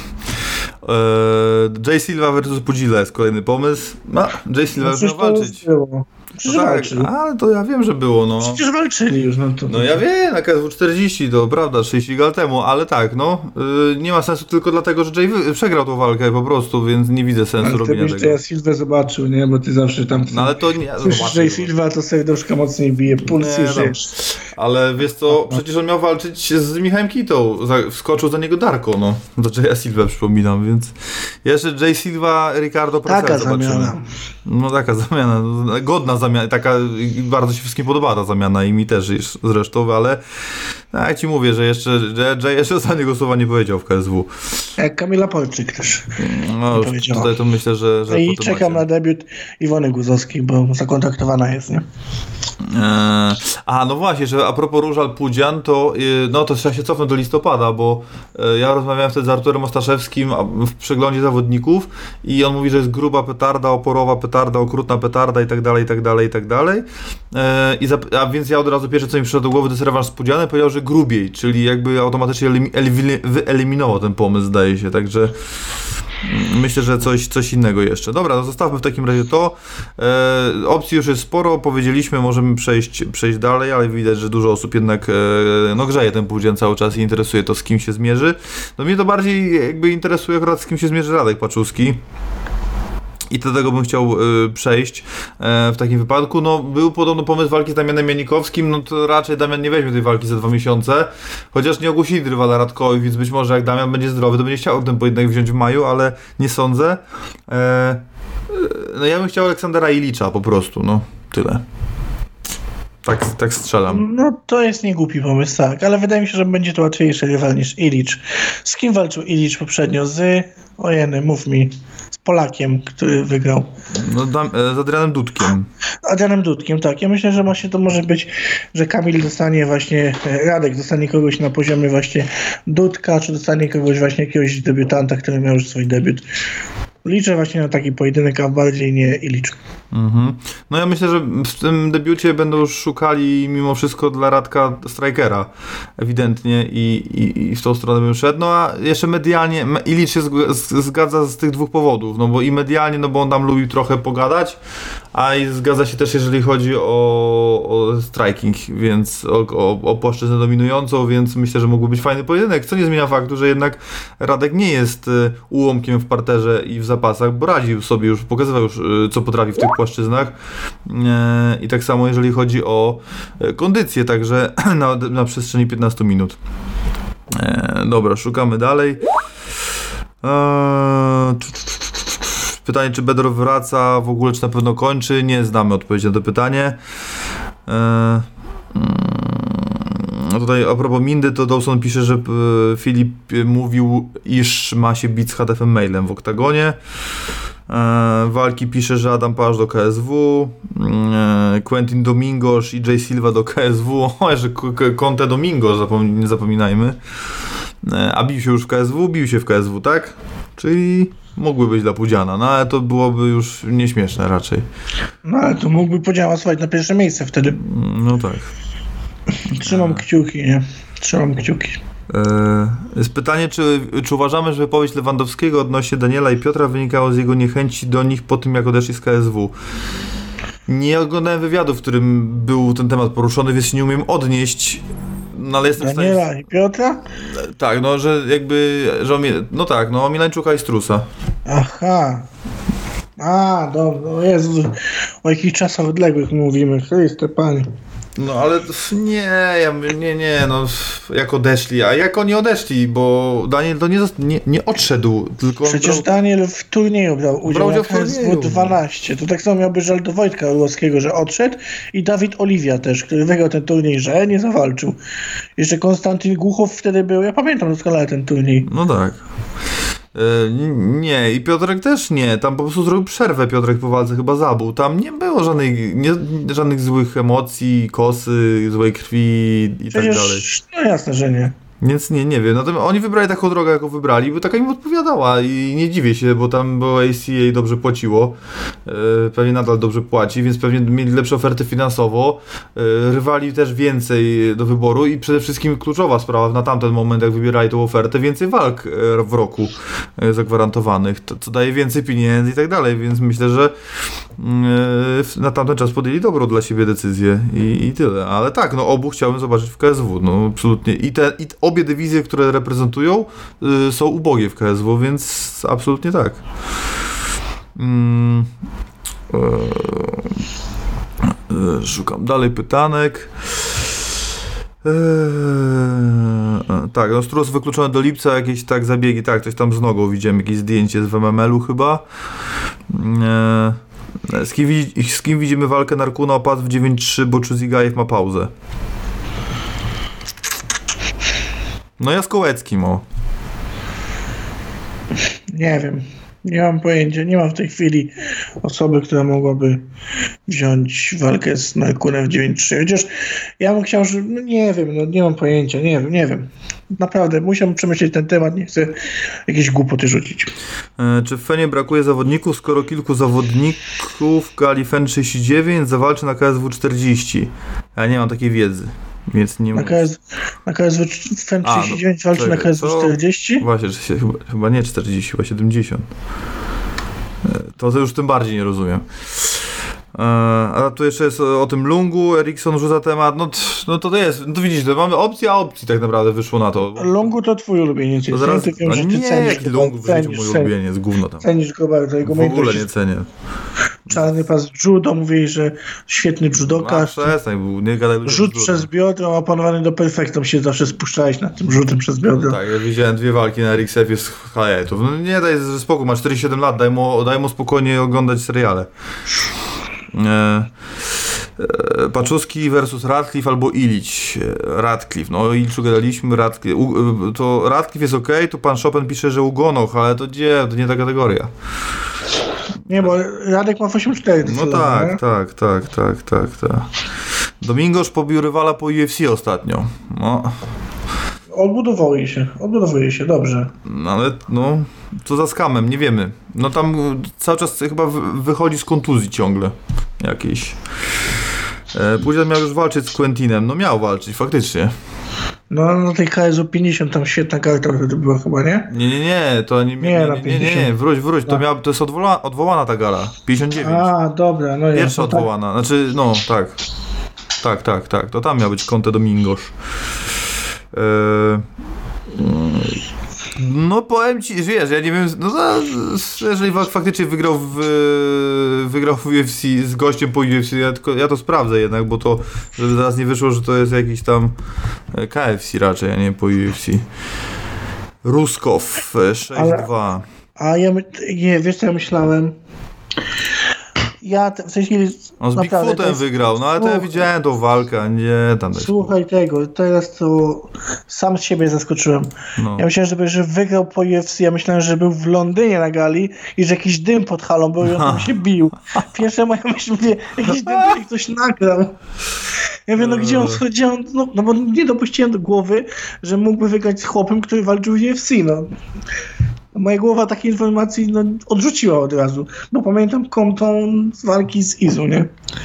S3: Eee, Jay Silva versus Pudzile jest kolejny pomysł. No, Jay Silva już miał walczyć.
S4: Było. Przecież
S3: No tak,
S4: walczyli.
S3: ale to ja wiem, że było, no.
S4: Przecież walczyli już. No, to,
S3: No ja wiem, na K S W czterdzieści, to prawda, trzydzieści gal temu, ale tak, no, yy, nie ma sensu tylko dlatego, że Jay wy- przegrał tą walkę po prostu, więc nie widzę sensu
S4: ale ty
S3: robienia
S4: byś
S3: tego.
S4: Jaya Silva zobaczył, nie? Bo ty zawsze tam...
S3: No ale to nie...
S4: Słyszysz, Jay Silva to serduszka mocniej bije, puls
S3: Nie,
S4: już
S3: no.
S4: jest.
S3: Ale wiesz co, przecież on miał walczyć z Michałem Kitą, za, wskoczył za niego Darko, no, do Jaya Silva przypominam, więc jeszcze Jay Silva, Ricardo
S4: Taka
S3: Procel zobaczymy.
S4: zamiana.
S3: No taka zamiana, no, godna zamiana, taka bardzo się wszystkim podobała ta zamiana i mi też już zresztą, ale no, jak ci mówię, że jeszcze że Jay jeszcze ostatniego słowa nie powiedział w K S W.
S4: Jak Kamila Polczyk też.
S3: No już
S4: powiedziała.
S3: tutaj to myślę, że, że
S4: I
S3: po temacie.
S4: czekam na debiut Iwony Guzowskiej, bo zakontraktowana jest, nie?
S3: Eee, a no właśnie, że a propos Różal Pudzian, to yy, no to trzeba się cofnąć do listopada, bo yy, ja rozmawiałem wtedy z Arturem Ostaszewskim a, w przeglądzie zawodników i on mówi, że jest gruba petarda, oporowa petarda, okrutna petarda i tak dalej, i tak dalej, i tak dalej. Yy, i zap- a więc ja od razu pierwsze co mi przyszło do głowy to jest rewanż z Pudzianem, powiedział, że grubiej, czyli jakby automatycznie elim- elim- wyeliminował ten pomysł, zdaje się, także myślę, że coś, coś innego jeszcze. Dobra, no zostawmy w takim razie to. E, opcji już jest sporo, powiedzieliśmy, możemy przejść, przejść dalej, ale widać, że dużo osób jednak e, no grzeje ten Pudzian cały czas i interesuje to, z kim się zmierzy. No mnie to bardziej jakby interesuje akurat, z kim się zmierzy Radek Paczuski. I do tego bym chciał y, przejść y, w takim wypadku. No, był podobno pomysł walki z Damianem Janikowskim, no to raczej Damian nie weźmie tej walki za dwa miesiące, chociaż nie ogłosili rywala Radkowi, więc być może jak Damian będzie zdrowy, to będzie chciał ten pojedynek wziąć w maju, ale nie sądzę. E, no ja bym chciał Aleksandra Ilicza po prostu, no tyle. Tak, tak strzelam.
S4: No to jest niegłupi pomysł, tak, ale wydaje mi się, że będzie to łatwiejszy rywal niż Ilicz. Z kim walczył Ilicz poprzednio? Z... Ojeny, mów mi. Z Polakiem, który wygrał.
S3: No, dam, z Adrianem Dudkiem.
S4: Adrianem Dudkiem, tak. Ja myślę, że właśnie to może być, że Kamil dostanie właśnie, Radek dostanie kogoś na poziomie właśnie Dudka, czy dostanie kogoś właśnie jakiegoś debiutanta, który miał już swój debiut. Liczę właśnie na taki pojedynek, a bardziej nie Ilicz.
S3: Mhm. No ja myślę, że w tym debiucie będą już szukali mimo wszystko dla Radka strikera ewidentnie i, i, i w tą stronę bym szedł. No a jeszcze medialnie Ilicz się zg- z- zgadza z tych dwóch powodów, no bo i medialnie, no bo on tam lubi trochę pogadać, a i zgadza się też jeżeli chodzi o, o striking, więc o, o, o płaszczyznę dominującą, więc myślę, że mógłby być fajny pojedynek, co nie zmienia faktu, że jednak Radek nie jest y, ułomkiem w parterze i w zapasach, bo radził sobie już, pokazywał już y, co potrafi w tych płaszczyznach y, i tak samo jeżeli chodzi o y, kondycję, także na, na przestrzeni piętnastu minut. Y, dobra, szukamy dalej. Eee, Pytanie, czy Bedor wraca, w ogóle czy na pewno kończy? Nie znamy odpowiedzi na to pytanie. Eee, no tutaj a propos Mindy, to Dawson pisze, że e, Filip mówił, iż ma się bić z H T F-em Mailem w oktagonie. E, Walki pisze, że Adam Pasz do K S W, e, Quentin Domingos i Jay Silva do K S W. O, że Conte Domingos, zapom- nie zapominajmy. E, a bił się już w K S W? Bił się w K S W, tak? Czyli mógłby być dla Pudziana, no ale to byłoby już nieśmieszne raczej.
S4: No ale to mógłby podziałać na pierwsze miejsce wtedy.
S3: No tak.
S4: Trzymam kciuki, nie? Trzymam kciuki.
S3: Jest pytanie, czy, czy uważamy, że wypowiedź Lewandowskiego odnośnie Daniela i Piotra wynikało z jego niechęci do nich po tym, jak odeszli z K S W. Nie oglądałem wywiadu, w którym był ten temat poruszony, więc nie umiem odnieść. No, ale jestem
S4: Daniela
S3: w stanie...
S4: i Piotra?
S3: Tak, no, że jakby... Że o, no tak, no o Milańczuka i Strusa.
S4: Aha. A, dobra, o Jezu, o jakich czasach odległych mówimy, Chryste Panie.
S3: No ale nie, ja mówię, nie, nie, no jak odeszli, a jak oni odeszli, bo Daniel to nie, nie, nie odszedł, tylko...
S4: Przecież brał... Daniel w turnieju brał udział, brał udział w K S W dwanaście, to tak samo miałby żal do Wojtka Orłowskiego, że odszedł i Dawid Oliwia też, który wygrał ten turniej, że nie zawalczył. Jeszcze Konstantyn Głuchow wtedy był, ja pamiętam doskonale ten turniej.
S3: No tak. Nie, i Piotrek też nie. Tam po prostu zrobił przerwę Piotrek po walce, chyba zabuł. Tam nie było żadnej, nie, żadnych złych emocji, kosy, złej krwi i
S4: Przecież,
S3: tak dalej.
S4: No jasne, że nie.
S3: Więc nie, nie wiem. Natomiast oni wybrali taką drogę, jaką wybrali, bo taka im odpowiadała i nie dziwię się, bo tam bo A C A dobrze płaciło. Yy, pewnie nadal dobrze płaci, więc pewnie mieli lepsze oferty finansowo. Yy, rywali też więcej do wyboru i przede wszystkim kluczowa sprawa na tamten moment, jak wybierali tą ofertę, więcej walk yy, w roku yy, zagwarantowanych, to, co daje więcej pieniędzy i tak dalej, więc myślę, że yy, na tamten czas podjęli dobrą dla siebie decyzję i, i tyle. Ale tak, no obu chciałbym zobaczyć w K S W, no absolutnie. I te i obie dywizje, które reprezentują, y, są ubogie w K S W, więc absolutnie tak. Mm, y, y, szukam dalej pytanek. Eee, tak, no Strus wykluczony do lipca, jakieś tak zabiegi, tak, coś tam z nogą widziałem, jakieś zdjęcie z W M M L u chyba. Eee, z, kim, z kim widzimy walkę Narkuna Opad w dziewięć trzy, bo Chuzigajew ma pauzę. No Jaskołeckim, o.
S4: Nie wiem. Nie mam pojęcia. Nie mam w tej chwili osoby, która mogłaby wziąć walkę z Narkunem w dziewięć trzy. Chociaż ja bym chciał, że... No nie wiem, no nie mam pojęcia. Nie wiem, nie wiem. Naprawdę, musiałem przemyśleć ten temat. Nie chcę jakieś głupoty rzucić.
S3: E, czy w Fenie brakuje zawodników, skoro kilku zawodników gali Fen trzydzieści dziewięć zawalczy na K S W czterdzieści? Ja nie mam takiej wiedzy. Więc nie
S4: na, K S, na K S W Fen trzydzieści dziewięć walczy czekaj, na K S W co? czterdzieści?
S3: Właśnie, że się, chyba, chyba nie czterdzieści, chyba siedemdziesiąt. To, to już tym bardziej nie rozumiem. A tu jeszcze jest o, o tym Lungu, Erikson rzuca temat, no, no to to jest, no to widzisz, to mamy opcję, a opcji tak naprawdę wyszło na to.
S4: Lungu to twój ulubieniec jest,
S3: zaraz,
S4: nie? Ty wiem, że ty
S3: nie,
S4: cenisz
S3: jaki Lungu w życiu mój ulubieniec, gówno tam.
S4: Cenisz go bardzo, jego
S3: w ogóle nie cenię.
S4: Czarny pas judo, mówili, że świetny judokarz.
S3: No, przestań, był, nie gadaj ludziom.
S4: Rzut przez biodro, opanowany do perfektum się zawsze spuszczałeś nad tym rzutem przez biodro.
S3: Tak, ja widziałem dwie walki na Eriksewie z Hayatów. No nie daj spokój, ma czterdzieści siedem lat, daj mu, daj mu spokojnie oglądać seriale. E, e, Paczuski versus Radcliffe albo Ilić. Radcliffe, no o Iliczu gadaliśmy, Radcliffe. U, to Radcliffe jest okej, tu pan Chopin pisze, że Ugonoch, ale to gdzie? To nie ta kategoria.
S4: Nie, bo Radek ma osiem cztery.
S3: No tak, nie? tak, tak, tak, tak, tak. Domingosz pobił rywala po U F C ostatnio. No.
S4: Odbudowuje się, odbudowuje się, dobrze.
S3: No ale no, co za skamem, nie wiemy. No tam cały czas chyba wychodzi z kontuzji ciągle jakiejś. E, później miał już walczyć z Quentinem, no miał walczyć, faktycznie.
S4: No na tej K S W pięćdziesiąt tam świetna karta wtedy była chyba, nie?
S3: Nie, nie, nie, to nie, nie, nie, nie, nie, nie wróć, wróć, to, miał, to jest odwoła, odwołana ta gala, pięćdziesiąt dziewięć.
S4: A, dobra, no jest.
S3: Pierwsza odwołana, tak? Znaczy, no, tak. Tak, tak, tak, to tam miał być Conte Domingosz. Eee, no powiem ci, że wiesz, ja nie wiem, no jeżeli faktycznie wygrał w, wygrał w U F C z gościem po U F C, ja, tylko, ja to sprawdzę jednak, bo to, żeby zaraz nie wyszło, że to jest jakiś tam K F C raczej, a nie po U F C. Ruskow sześć dwa.
S4: A ja, nie, wiesz co ja myślałem? Ja te, w sensie
S3: on z Bigfootem jest, wygrał, no ale słuchaj, to ja widziałem tą walkę, a nie tam.
S4: Słuchaj tego, teraz to sam z siebie zaskoczyłem. No. Ja myślałem, że, że wygrał po U F C, ja myślałem, że był w Londynie na gali i że jakiś dym pod halą był i on tam się bił. Pierwsza moja myśl, mówię, jakiś dym, który ktoś nagrał. Ja wiem, no gdzie on, gdzie on no, no bo nie dopuściłem do głowy, że mógłby wygrać z chłopem, który walczył w U F C, no. Moja głowa takiej informacji no, odrzuciła od razu, bo pamiętam kontą z walki z Izu, nie?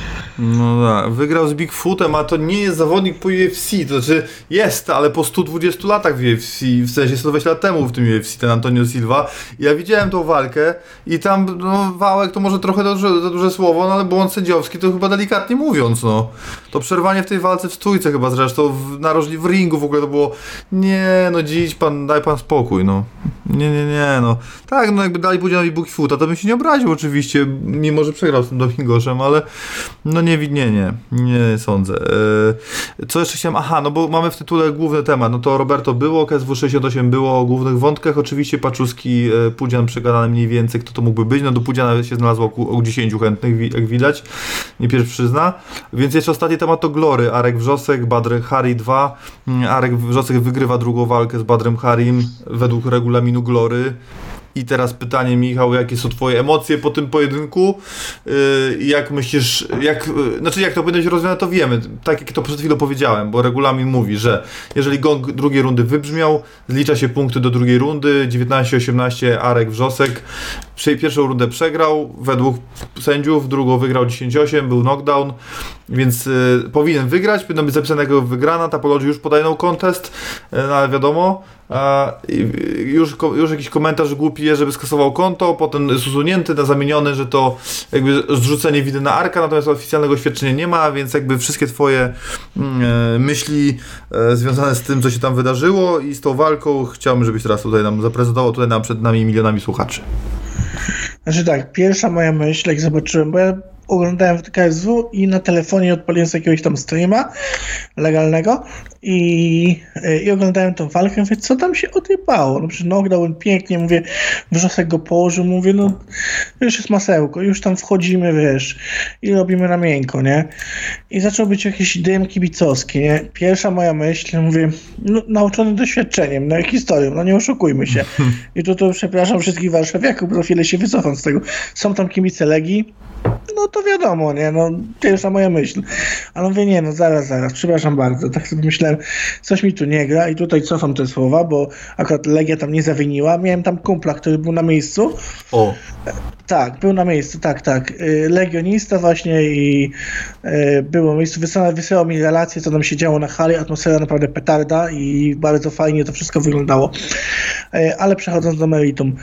S3: No tak, wygrał z Bigfootem, a to nie jest zawodnik po U F C, to znaczy jest, ale po stu dwudziestu latach w U F C, w sensie sto dwadzieścia lat temu w tym U F C, ten Antonio Silva. Ja widziałem tą walkę i tam, no, wałek to może trochę za, za duże słowo, no ale błąd sędziowski to chyba delikatnie mówiąc, no. To przerwanie w tej walce w stójce chyba zresztą, w, narożni w ringu w ogóle to było, nie, no dziś pan, daj pan spokój, no. Nie, nie, nie, no. Tak, no jakby dali Pudzianowi Bigfoota, to bym się nie obraził oczywiście, mimo że przegrał z tym Domingoszem, ale no nie, nie, nie, nie sądzę. Eee, co jeszcze chciałem, aha, no bo mamy w tytule główny temat, no to Roberto było, K S W sześćdziesiąt osiem było o głównych wątkach, oczywiście Paczuski, e, Pudzian przegadany mniej więcej, kto to mógłby być, no do Pudziana się znalazło około dziesięciu chętnych, jak widać, nie pierwszy przyzna, więc jeszcze ostatni temat to Glory, Arek Wrzosek, Badr Hari dwa, Arek Wrzosek wygrywa drugą walkę z Badrem Harim według regulaminu Glory. I teraz pytanie, Michał, jakie są twoje emocje po tym pojedynku? Yy, jak myślisz, jak, yy, znaczy jak to powinno być rozwiązane, to wiemy, tak jak to przed chwilą powiedziałem, bo regulamin mówi, że jeżeli gong drugiej rundy wybrzmiał, zlicza się punkty do drugiej rundy, dziewiętnaście osiemnaście Arek Wrzosek, pierwszą rundę przegrał według sędziów, drugą wygrał dziesięć osiem, był knockdown, więc yy, powinien wygrać, powinno być zapisane jako wygrana, ta Apology już podaje no contest, yy, no ale wiadomo, a już, już jakiś komentarz głupi jest, żeby skasował konto, potem jest usunięty, na zamieniony, że to jakby zrzucenie winy na Arka, natomiast oficjalnego oświadczenia nie ma, więc jakby wszystkie twoje e, myśli e, związane z tym, co się tam wydarzyło i z tą walką chciałbym, żebyś teraz tutaj nam zaprezentował, tutaj nam przed nami milionami słuchaczy.
S4: Znaczy tak, pierwsza moja myśl, jak zobaczyłem, bo ja oglądałem w K S W i na telefonie odpaliłem sobie jakiegoś tam streama legalnego i, i oglądałem tą walkę, mówię, co tam się odjebało? No przecież knockdown pięknie, mówię, Wrzosek go położył, mówię, no już jest masełko, już tam wchodzimy, wiesz, i robimy na miękko, nie? I zaczął być jakiś dym kibicowski, nie? Pierwsza moja myśl, mówię, no, nauczony doświadczeniem, no historią, no nie oszukujmy się. I tu to przepraszam wszystkich warszawiaków, bo za chwilę się wycofam z tego. Są tam kibice Legii, no to wiadomo, nie, no pierwsza moja myśl. Ale mówię, nie, no zaraz, zaraz, przepraszam bardzo, tak sobie myślałem, coś mi tu nie gra i tutaj cofam te słowa, bo akurat Legia tam nie zawiniła. Miałem tam kumpla, który był na miejscu.
S3: O.
S4: Tak, był na miejscu, tak, tak. Legionista właśnie i było na miejscu, wysłał, wysyłał mi relacje, co tam się działo na hali, atmosfera naprawdę petarda i bardzo fajnie to wszystko wyglądało. Ale przechodząc do meritum.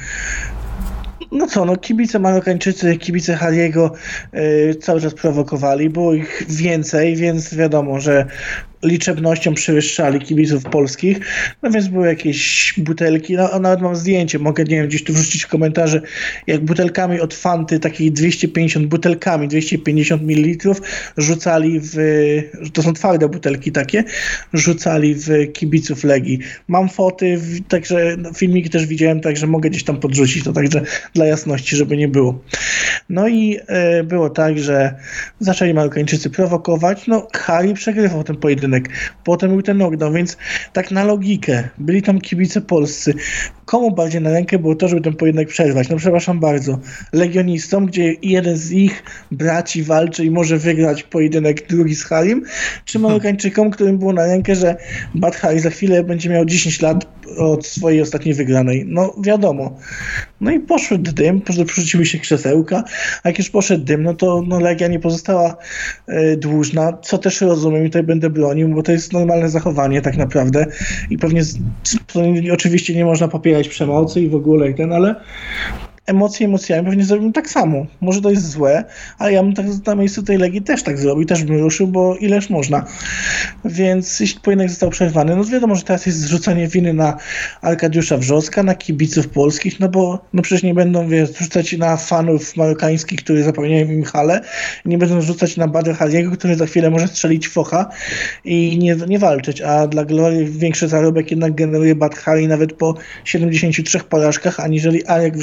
S4: No co, no kibice Marokańczycy, kibice Hariego yy, cały czas prowokowali, było ich więcej, więc wiadomo, że liczebnością przewyższali kibiców polskich, no więc były jakieś butelki, no nawet mam zdjęcie, mogę, nie wiem, gdzieś tu wrzucić w komentarze, jak butelkami od Fanty, takich dwieście pięćdziesiąt butelkami, dwieście pięćdziesiąt mililitrów rzucali w, to są twarde butelki takie, rzucali w kibiców Legii. Mam foty, także no, filmiki też widziałem, także mogę gdzieś tam podrzucić, to także dla jasności, żeby nie było. No i y, było tak, że zaczęli Marokańczycy prowokować, no Hari przegrywał ten pojedynek. Potem był ten knockdown, więc tak na logikę byli tam kibice polscy. Komu bardziej na rękę było to, żeby ten pojedynek przerwać? No przepraszam bardzo. Legionistom, gdzie jeden z ich braci walczy i może wygrać pojedynek drugi z Harim, czy Marokańczykom, którym było na rękę, że Badr Hari za chwilę będzie miał dziesięć lat od swojej ostatniej wygranej. No wiadomo. No i poszedł dym, przerzuciły się krzesełka, a jak już poszedł dym, no to no, Legia nie pozostała y, dłużna, co też rozumiem i tutaj będę bronił, bo to jest normalne zachowanie tak naprawdę i pewnie z, oczywiście nie można popierać przemocy i w ogóle i ten, ale emocje emocjami pewnie zrobimy tak samo. Może to jest złe, ale ja bym tak na miejscu tej Legii też tak zrobił, też bym ruszył, bo ileż można. Więc jeśli pojedynek został przerwany, no wiadomo, że teraz jest zrzucanie winy na Arkadiusza Wrzoska, na kibiców polskich, no bo no przecież nie będą, wiesz, rzucać na fanów marokańskich, którzy zapełniają im halę, nie będą rzucać na Badra Hariego, który za chwilę może strzelić focha i nie, nie walczyć, a dla Glory większy zarobek jednak generuje Badr Hari nawet po siedemdziesięciu trzech porażkach, aniżeli Arek Wrzosek,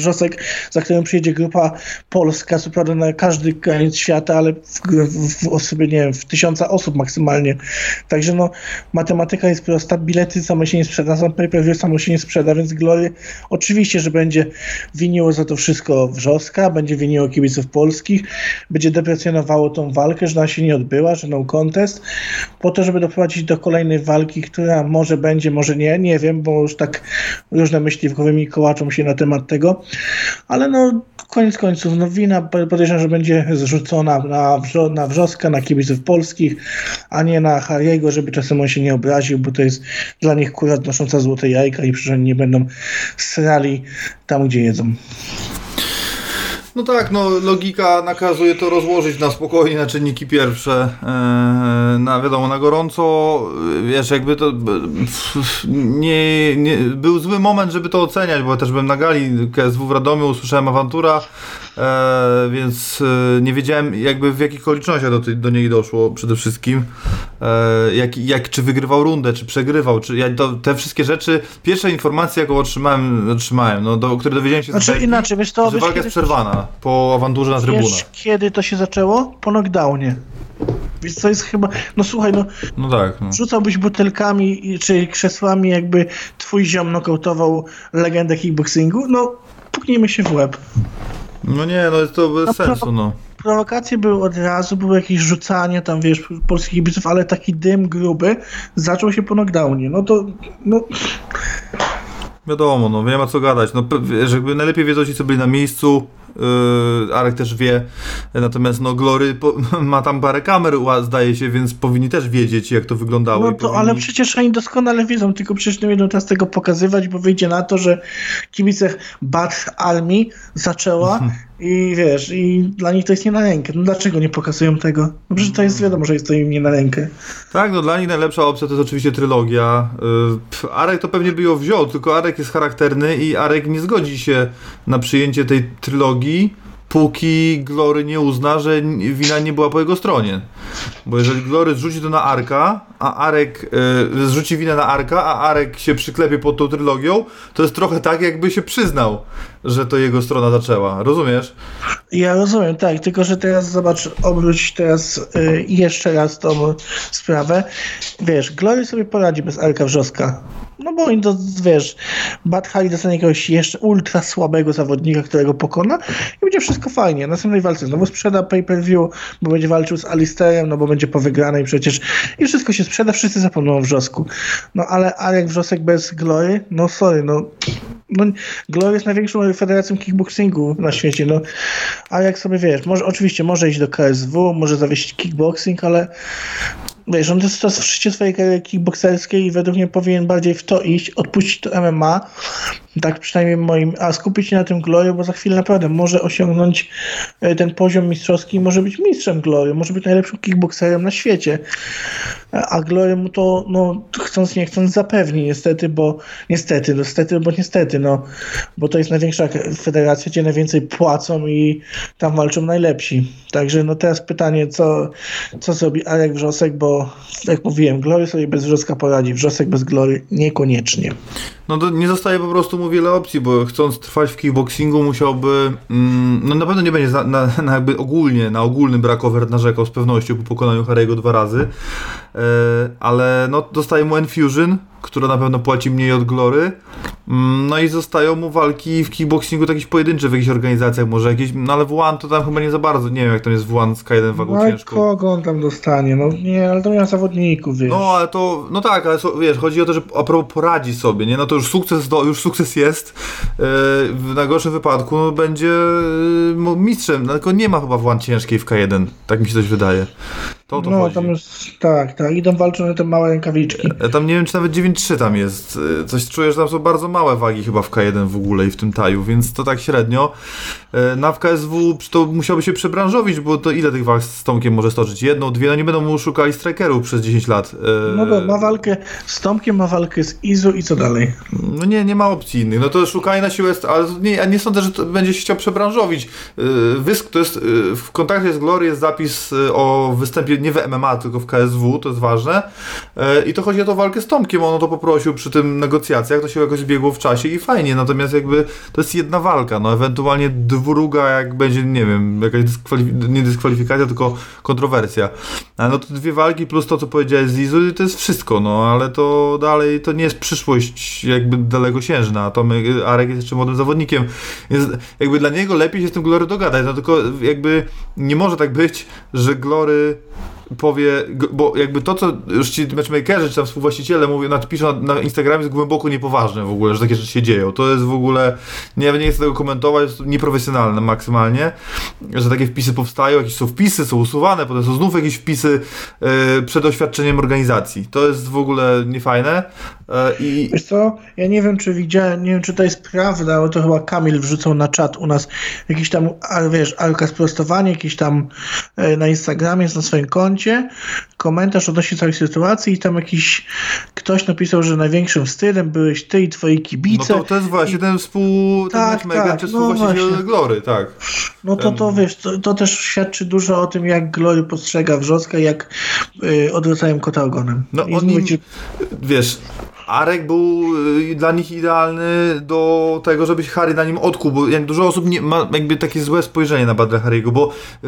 S4: za którą przyjedzie grupa polska, co prawda na każdy koniec świata, ale w, w, w osobie, nie wiem, w tysiąca osób maksymalnie. Także no, matematyka jest prosta, bilety samo się nie sprzeda, sam pay-per-view samo się nie sprzeda, więc Glory oczywiście, że będzie winiło za to wszystko Wrzoska, będzie winiło kibiców polskich, będzie deprecjonowało tą walkę, że ona się nie odbyła, że no contest, po to, żeby doprowadzić do kolejnej walki, która może będzie, może nie, nie wiem, bo już tak różne myśli w głowie mi kołaczą się na temat tego, ale no koniec końców, no wina podejrzewam, że będzie zrzucona na, Wrzo- na Wrzoska, na kibiców polskich, a nie na Harry'ego, żeby czasem on się nie obraził, bo to jest dla nich kura nosząca złote jajka i przecież oni nie będą srali tam, gdzie jedzą.
S3: No tak, no logika nakazuje to rozłożyć na spokojnie na czynniki pierwsze, eee, na wiadomo, na gorąco, wiesz, jakby to nie, nie, był zły moment, żeby to oceniać, bo ja też byłem na gali K S W w Radomiu, usłyszałem awantura, eee, więc e, nie wiedziałem jakby w jakich okolicznościach do, do niej doszło przede wszystkim, eee, jak, jak, czy wygrywał rundę, czy przegrywał, czy ja, to, te wszystkie rzeczy, pierwsza informacja jaką otrzymałem, otrzymałem, no, do której dowiedziałem się z
S4: Znaczy
S3: beki,
S4: inaczej, wiesz to,
S3: że
S4: wiesz,
S3: walka jest przerwana po awanturze na trybunach.
S4: Wiesz, kiedy to się zaczęło? Po knockdownie. Więc to jest chyba, no słuchaj, no,
S3: No tak, no.
S4: rzucałbyś butelkami czy krzesłami, jakby twój ziom nokautował legendę kickboxingu, no puknijmy się w łeb.
S3: No nie, no jest to bez
S4: No,
S3: sensu, no.
S4: Prowokacje były od razu, było jakieś rzucanie tam, wiesz, polskich kibiców, ale taki dym gruby zaczął się po knockdownie. No to, no...
S3: Wiadomo, no nie ma co gadać. No, wiesz, jakby najlepiej wiedzą ci, co byli na miejscu. Yy, Arek też wie. Natomiast no Glory po, ma tam parę kamer, zdaje się, więc powinni też wiedzieć, jak to wyglądało.
S4: No
S3: i
S4: to,
S3: powinni...
S4: ale przecież oni doskonale wiedzą, tylko przecież nie będą teraz tego pokazywać, bo wyjdzie na to, że kibice Bad Army zaczęła i wiesz, i dla nich to jest nie na rękę. No dlaczego nie pokazują tego? No przecież to jest wiadomo, że jest to im nie na rękę.
S3: Tak, no dla nich najlepsza opcja to jest oczywiście trylogia. Yy, Arek to pewnie by ją wziął, tylko Arek jest charakterny i Arek nie zgodzi się na przyjęcie tej trylogii, póki Glory nie uzna, że wina nie była po jego stronie. Bo jeżeli Glory zrzuci to na Arka, a Arek y, zrzuci winę na Arka, a Arek się przyklepie pod tą trylogią, to jest trochę tak, jakby się przyznał, że to jego strona zaczęła. Rozumiesz?
S4: Ja rozumiem, tak, tylko że teraz zobacz, obróć teraz y, jeszcze raz tą sprawę. Wiesz, Glory sobie poradzi bez Arka Wrzoska. No bo oni to, wiesz, Bad Harry dostanie jakiegoś jeszcze ultra słabego zawodnika, którego pokona i będzie wszystko fajnie. Na następnej walce znowu sprzeda pay-per-view, bo będzie walczył z Alisterem, no bo będzie po wygranej przecież i wszystko się sprzeda, wszyscy zapomną o Wrzosku. No ale Arek Wrzosek bez Glory, no sorry, no, no Glory jest największą federacją kickboxingu na świecie, no a jak sobie wiesz, może, oczywiście może iść do K S W, może zawiesić kickboxing, ale wiesz, on jest teraz w szczycie swojej kariery kickboxerskiej i według mnie powinien bardziej w to iść, odpuścić to M M A, tak przynajmniej moim, a skupić się na tym Glory, bo za chwilę naprawdę może osiągnąć ten poziom mistrzowski i może być mistrzem Glory, może być najlepszym kickboxerem na świecie. A Glory mu to, no, chcąc nie chcąc zapewni, niestety, bo niestety, no niestety, bo niestety, no, bo to jest największa federacja, gdzie najwięcej płacą i tam walczą najlepsi. Także no teraz pytanie, co, co zrobi Arek Wrzosek, bo jak mówiłem, Glory sobie bez Wrzoska poradzi, Wrzosek bez Glory niekoniecznie.
S3: No to nie zostaje po prostu mu wiele opcji, bo chcąc trwać w kickboxingu musiałby, mm, no na pewno nie będzie na, na, na jakby ogólnie, na ogólny brak ofert narzekał z pewnością po pokonaniu Harry'ego dwa razy, e, ale no dostaje mu Enfusion, która na pewno płaci mniej od Glory, mm, no i zostają mu walki w kickboxingu jakieś pojedyncze w jakichś organizacjach, może jakieś, no ale w One to tam chyba nie za bardzo, nie wiem jak tam jest w One z K jeden wagą
S4: no
S3: ciężką.
S4: Kogo on tam dostanie? No nie, ale to nie ma zawodników, wiesz.
S3: No ale to, no tak, ale so, wiesz, chodzi o to, że a propos poradzi sobie, nie, no to już sukces, do, już sukces jest, yy, w najgorszym wypadku no, będzie yy, mistrzem, no, tylko nie ma chyba w One ciężkiej w K jeden, tak mi się coś wydaje. To o to
S4: no
S3: chodzi.
S4: tam jest, tak, tak, idą walczą na te małe rękawiczki.
S3: Tam nie wiem, czy nawet dziewięć trzy tam jest. Coś czuję, że tam są bardzo małe wagi chyba w K jeden w ogóle i w tym taju, więc to tak średnio. Na w K S W to musiałby się przebranżowić, bo to ile tych walk z Tomkiem może stoczyć? Jedną, dwie, no nie będą mu szukali strikerów przez dziesięć lat.
S4: No to ma walkę z Tomkiem, ma walkę z Izu i co dalej?
S3: No nie, nie ma opcji innych. No to szukanie na siłę, ale nie, nie sądzę, że to będzie się chciał przebranżowić. Wysk to jest, w kontakcie z Glory jest zapis o występie nie w M M A, tylko w K S W, to jest ważne. E, I to chodzi o tą walkę z Tomkiem, on o to poprosił przy tym negocjacjach, to się jakoś zbiegło w czasie i fajnie, natomiast jakby to jest jedna walka, no ewentualnie druga, jak będzie, nie wiem, jakaś dyskwalif- nie dyskwalifikacja, tylko kontrowersja. A no to dwie walki plus to, co powiedziałeś z Izu, to jest wszystko, no ale to dalej, to nie jest przyszłość jakby dalekosiężna, a Tomek, Arek jest jeszcze młodym zawodnikiem, więc jakby dla niego lepiej się z tym Glory dogadać, no tylko jakby nie może tak być, że Glory powie, bo jakby to, co już ci matchmakerzy, czy tam współwłaściciele mówią, na, piszą na, na Instagramie, jest głęboko niepoważne w ogóle, że takie rzeczy się dzieją. To jest w ogóle, nie, nie chcę tego komentować, jest nieprofesjonalne maksymalnie, że takie wpisy powstają, jakieś są wpisy, są usuwane, potem są znów jakieś wpisy yy, przed oświadczeniem organizacji. To jest w ogóle niefajne. Yy, i...
S4: Wiesz co, ja nie wiem, czy widziałem, nie wiem, czy to jest prawda, ale to chyba Kamil wrzucał na czat u nas jakiś tam, ale wiesz, Alka sprostowanie, jakiś tam yy, na Instagramie, jest na swoim koncie, komentarz odnośnie całej sytuacji i tam jakiś ktoś napisał, że największym wstydem byłeś ty i twoi kibice.
S3: No to, to jest właśnie ten współ...
S4: Tak,
S3: ten matchmaker,
S4: tak,
S3: czy
S4: no
S3: współwłaściciel Glory, tak.
S4: No to to wiesz, to, to też świadczy dużo o tym, jak Glory postrzega Wrzoska, jak yy, odwracają kota ogonem.
S3: No
S4: I
S3: oni,
S4: mówicie...
S3: wiesz, Arek był y, dla nich idealny do tego, żebyś Harry na nim odkuł, bo jak dużo osób nie ma jakby takie złe spojrzenie na Badra Harry'ego, bo y,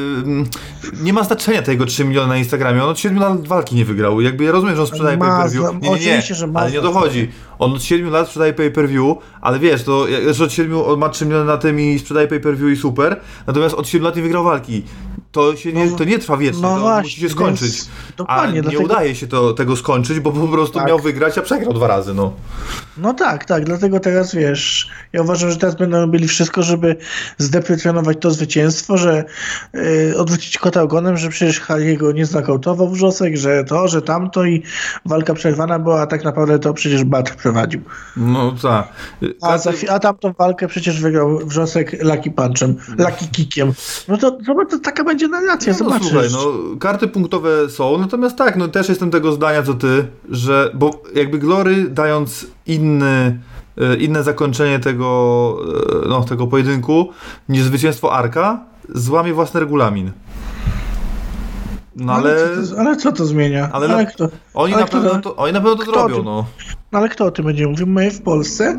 S3: nie ma znaczenia tego trzy miliony na Instagramie, on od siedmiu lat walki nie wygrał, jakby ja rozumiem, że on sprzedaje
S4: Ma,
S3: pay-per-view, nie, nie, nie,
S4: oczywiście, że ma,
S3: ale nie o to chodzi, on od siedmiu lat sprzedaje pay-per-view, ale wiesz, to że od siedmiu on ma trzy miliony na tym i sprzedaje pay-per-view i super, natomiast od siedmiu lat nie wygrał walki. To się nie, to nie trwa wiecznie,
S4: no
S3: to
S4: właśnie,
S3: musi się skończyć. A nie
S4: dlatego...
S3: udaje się to, tego skończyć, bo po prostu
S4: tak.
S3: miał wygrać, a przegrał dwa razy, no.
S4: No tak, tak, dlatego teraz wiesz, ja uważam, że teraz będą robili wszystko, żeby zdeprecjonować to zwycięstwo, że yy, odwrócić kota ogonem, że przecież Harry'ego nie znakautował Wrzosek, że to, że tamto i walka przerwana była, a tak naprawdę to przecież Batr prowadził.
S3: No tak.
S4: A, za, a tamtą walkę przecież wygrał Wrzosek Lucky Punchem, Lucky Kickiem. No to, to, to taka będzie narracja,
S3: no, no,
S4: zobaczysz.
S3: słuchaj, no karty punktowe są, natomiast tak, no też jestem tego zdania co ty, że, bo jakby Glory dając inny inne zakończenie tego, no, tego pojedynku niż zwycięstwo Arka, złamie własny regulamin. No ale...
S4: Ale co to, ale co to zmienia?
S3: Ale,
S4: ale
S3: ale
S4: kto,
S3: oni,
S4: ale
S3: na pewno to, oni na pewno to zrobią,
S4: tym,
S3: no.
S4: No ale kto o tym będzie mówił? My w Polsce,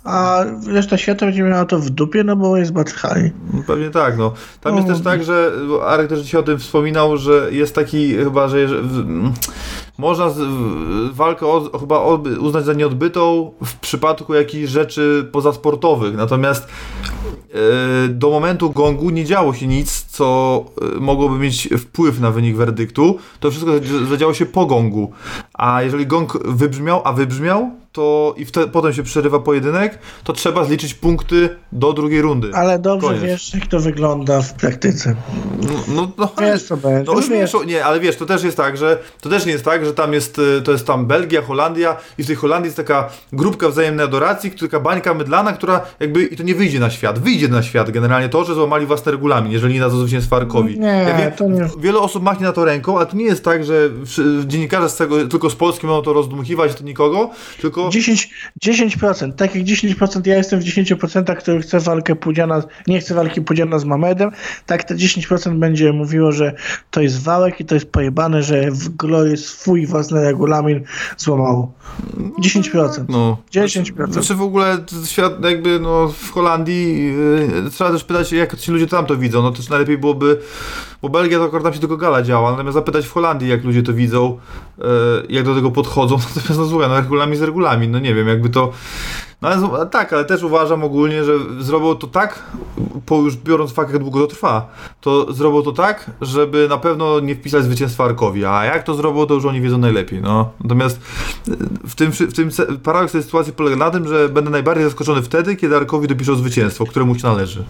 S4: a reszta świata będzie miała to w dupie, no bo jest Badr Harry.
S3: Pewnie tak, no. Tam
S4: no.
S3: jest też tak, że Arek też dzisiaj o tym wspominał, że jest taki chyba, że, że można z, walkę od, chyba od, uznać za nieodbytą w przypadku jakichś rzeczy pozasportowych, natomiast yy, do momentu gongu nie działo się nic, co mogłoby mieć wpływ na wynik werdyktu. To wszystko zadziało się po gongu, a jeżeli gong wybrzmiał, a wybrzmiał, to i wtedy, potem się przerywa pojedynek, to trzeba zliczyć punkty do drugiej rundy.
S4: Ale dobrze
S3: Koniec.
S4: Wiesz, jak to wygląda w praktyce.
S3: No, no, no
S4: wiesz, co będzie.
S3: No,
S4: No, wiesz.
S3: Nie, ale wiesz, to też jest tak, że to też nie jest tak, że tam jest, to jest tam Belgia, Holandia i w tej Holandii jest taka grupka wzajemnej adoracji, taka bańka mydlana, która jakby, i to nie wyjdzie na świat, wyjdzie na świat generalnie to, że złamali własny regulamin, jeżeli nie dadzą zwycięstwa Arkowi.
S4: Nie,
S3: ja wiem,
S4: to nie.
S3: Wiele osób machnie na to ręką, ale to nie jest tak, że dziennikarze z tego, tylko z Polski mogą to rozdmuchiwać, to nikogo, tylko...
S4: dziesięć procent, tak jak dziesięć procent ja jestem w dziesięć procent, który chce walkę Pudziana, nie chce walki Pudziana z Mamedem, tak te dziesięć procent będzie mówiło, że to jest wałek i to jest pojebane, że w Glory swój własny regulamin złamało. dziesięć procent.
S3: No.
S4: dziesięć procent.
S3: Znaczy w ogóle świat jakby no w Holandii yy, trzeba też pytać, jak ci ludzie tam to widzą. No też najlepiej byłoby, bo Belgia to akurat tam się tylko gala działa, natomiast zapytać w Holandii, jak ludzie to widzą, yy, jak do tego podchodzą, natomiast no słuchaj, no regulamin jest regulamin, no nie wiem, jakby to... No ale tak, ale też uważam ogólnie, że zrobią to tak, po już biorąc fakt, jak długo to trwa, to zrobią to tak, żeby na pewno nie wpisać zwycięstwa Arkowi, a jak to zrobią, to już oni wiedzą najlepiej, no. Natomiast w tym, w tym paradoks tej sytuacji polega na tym, że będę najbardziej zaskoczony wtedy, kiedy Arkowi dopiszą zwycięstwo, któremu się należy.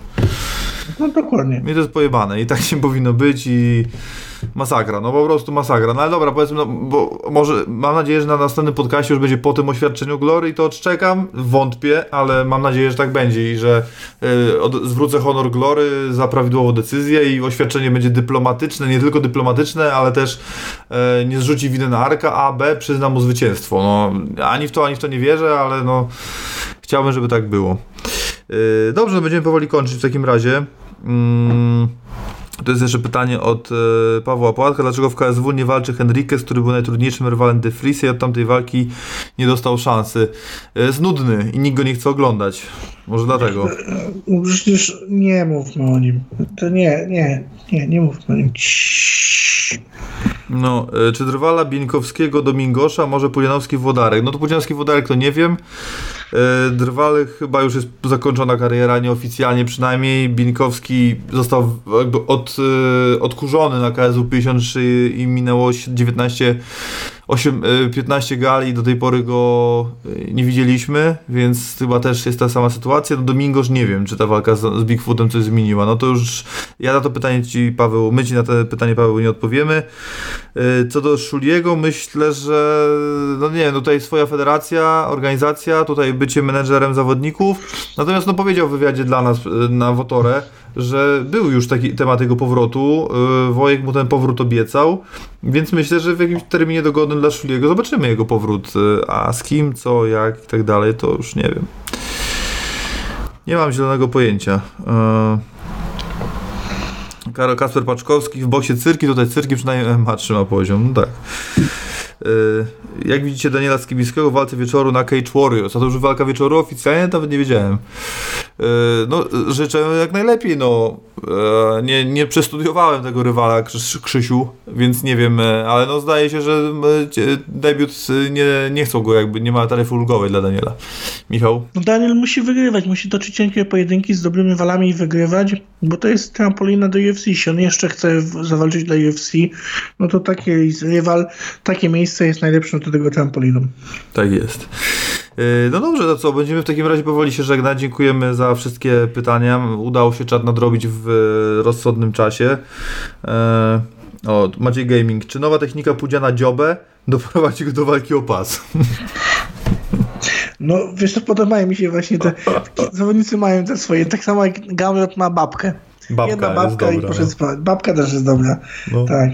S4: No dokładnie.
S3: Mnie to jest pojebane i tak nie powinno być i masakra, no po prostu masakra. No ale dobra, powiedzmy, no bo może mam nadzieję, że na następnym podcaście już będzie po tym oświadczeniu Glory i to odczekam, wątpię, ale mam nadzieję, że tak będzie i że y, od, zwrócę honor Glory za prawidłową decyzję i oświadczenie będzie dyplomatyczne, nie tylko dyplomatyczne, ale też y, nie zrzuci winy na Arka, a B przyzna mu zwycięstwo. No ani w to, ani w to nie wierzę, ale no chciałbym, żeby tak było. Y, dobrze, no będziemy powoli kończyć w takim razie. Mm. To jest jeszcze pytanie od e, Pawła Płatka. Dlaczego w K S W nie walczy Henriquez, który był najtrudniejszym rywalem De Vriesa i od tamtej walki nie dostał szansy? E, jest nudny i nikt go nie chce oglądać. Może dlatego.
S4: No przecież nie mówmy o nim. To nie, nie, nie, nie mówmy o nim. Ciii.
S3: No, e, czy rywala Bieńkowskiego Domingosza, może Pudzianowski Włodarek? No to Pudzianowski Włodarek to nie wiem. E, Drwal chyba już jest zakończona kariera, nieoficjalnie przynajmniej. Bieńkowski został jakby od, e, odkurzony na K S W pięćdziesiąt trzy i minęło dziewiętnaście, osiem, piętnaście gali i do tej pory go nie widzieliśmy, więc chyba też jest ta sama sytuacja. No Domingosz nie wiem, czy ta walka z, z Bigfootem coś zmieniła. No to już ja na to pytanie ci, Paweł, my ci na to pytanie, Paweł, nie odpowiemy. Co do Szuliego, myślę, że no nie wiem, no tutaj swoja federacja, organizacja, tutaj bycie menedżerem zawodników. Natomiast no powiedział w wywiadzie dla nas na Wotorę, że był już taki temat jego powrotu. Wojek mu ten powrót obiecał, więc myślę, że w jakimś terminie dogodnym dla Szuliego zobaczymy jego powrót. A z kim, co, jak i tak dalej, to już nie wiem. Nie mam zielonego pojęcia. Karol Kasper Paczkowski w boksie cyrki, tutaj cyrki przynajmniej M M A trzyma poziom, no tak. Yy, jak widzicie Daniela Skibiskiego w walce wieczoru na Cage Warriors? A to już walka wieczoru oficjalnie? Nawet nie wiedziałem. Yy, no życzę jak najlepiej, no yy, nie, nie przestudiowałem tego rywala Krzy, Krzysiu, więc nie wiem, yy, ale no zdaje się, że yy, debiut yy, nie, nie chcą go jakby, nie ma taryfy ulgowej dla Daniela. Michał?
S4: No Daniel musi wygrywać, musi toczyć cienkie pojedynki z dobrymi walami i wygrywać, bo to jest trampolina do U F C. Jeśli on jeszcze chce w, zawalczyć dla U F C, no to taki rywal, takie miejsce jest najlepszą do tego trampoliną.
S3: Tak jest. No dobrze, to co? Będziemy w takim razie powoli się żegnać. Dziękujemy za wszystkie pytania. Udało się czat nadrobić w rozsądnym czasie. O, Maciej Gaming. Czy nowa technika Pudziana Dziobę doprowadzi go do walki o pas?
S4: No wiesz, to podobają mi się właśnie te zawodnicy mają te swoje, tak samo jak Gamrot ma babkę.
S3: Babka
S4: Jedna babka
S3: jest
S4: i
S3: dobra,
S4: poszedł
S3: no.
S4: spać. Babka też jest dobra. No. Tak.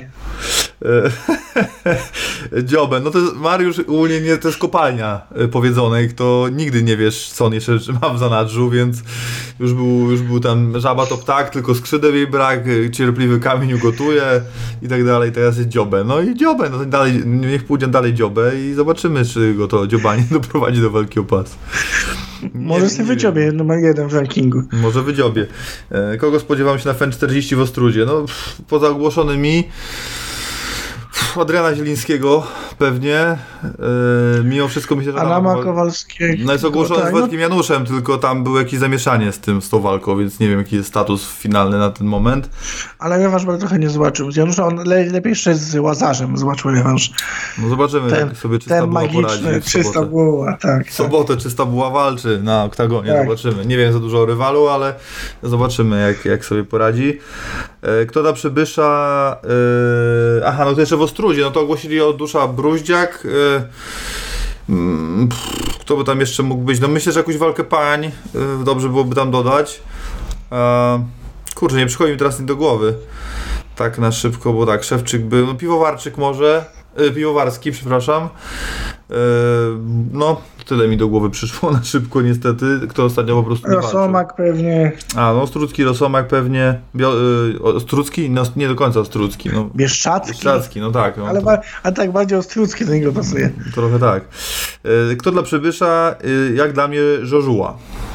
S3: Dziobę, no to jest, Mariusz ogólnie nie, to jest kopalnia powiedzonej, to nigdy nie wiesz, co on jeszcze ma w zanadrzu, więc już był, już był tam żaba to ptak, tylko skrzydeł jej brak, cierpliwy kamień gotuje i tak dalej, teraz jest Dziobę. No i Dziobę, no to dalej, niech pójdzie dalej Dziobę i zobaczymy, czy go to dziobanie doprowadzi do walki o pas.
S4: Może sobie wydziobie numer jeden w rankingu.
S3: Może wydziobie. Kogo spodziewam się na F E N czterdzieści w Ostrudzie? No, pff, poza ogłoszonymi pff, Adriana Zielińskiego pewnie. Yy, mimo wszystko myślę, że
S4: Adama
S3: tam,
S4: Kowalskiego.
S3: no jest ogłoszony
S4: tak,
S3: z Wojtkiem Januszem, tylko tam było jakieś zamieszanie z tym, z tą walką, więc nie wiem, jaki jest status finalny na ten moment.
S4: Ale rewanż bardzo chętnie zobaczył. Z Janusza on le, lepiej jeszcze z Łazarzem zobaczył rewanż.
S3: No zobaczymy,
S4: ten,
S3: jak sobie czysta
S4: ten
S3: buła
S4: magiczny,
S3: poradzi.
S4: czysta buła, tak.
S3: W sobotę tak. Czysta buła walczy na oktagonie,
S4: tak.
S3: Zobaczymy. Nie wiem za dużo o rywalu, ale zobaczymy, jak, jak sobie poradzi. E, kto da Przybysza? E, aha, no to jeszcze w Ostrudzie, no to ogłosili od Dusza Bruździak. E, mm, pff, kto by tam jeszcze mógł być? No myślę, że jakąś walkę pań e, dobrze byłoby tam dodać. E, kurczę, nie przychodzi mi teraz nic do głowy. Tak na szybko, bo tak, Szewczyk był, no Piwowarczyk może, yy, Piwowarski, przepraszam. Yy, no, tyle mi do głowy przyszło na szybko niestety, kto ostatnio po prostu nie walczył.
S4: Rosomak pewnie.
S3: A, no Ostrucki, Rosomak pewnie, Bio, yy, Ostrucki? No, nie do końca Ostrucki. No.
S4: Bieszczacki.
S3: Bieszczacki, no tak. No,
S4: ale
S3: to...
S4: a tak bardziej Ostrucki do niego pasuje.
S3: Trochę tak. Yy, kto dla Przybysza? Yy, jak dla mnie Żożuła.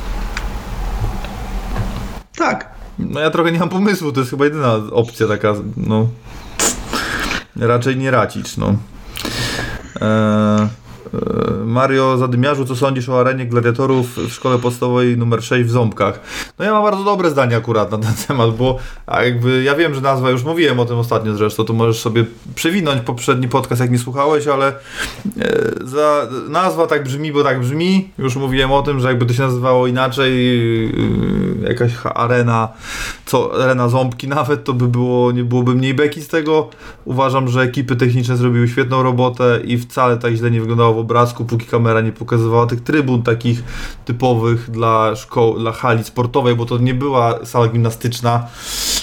S4: Tak.
S3: No ja trochę nie mam pomysłu, to jest chyba jedyna opcja taka, no raczej nie Racicz, no. Eee, Mario Zadymiarzu, co sądzisz o arenie gladiatorów w szkole podstawowej numer sześć w Ząbkach? No ja mam bardzo dobre zdanie akurat na ten temat, bo a jakby ja wiem, że nazwa, już mówiłem o tym ostatnio zresztą, to możesz sobie przewinąć poprzedni podcast, jak nie słuchałeś, ale e, za, nazwa tak brzmi, bo tak brzmi, już mówiłem o tym, że jakby to się nazywało inaczej, yy, jakaś arena, co, arena Ząbki nawet, to by było, nie byłoby mniej beki z tego. Uważam, że ekipy techniczne zrobiły świetną robotę i wcale tak źle nie wyglądało w obrazku, póki kamera nie pokazywała tych trybun takich typowych dla szkoły, dla hali sportowej, bo to nie była sala gimnastyczna,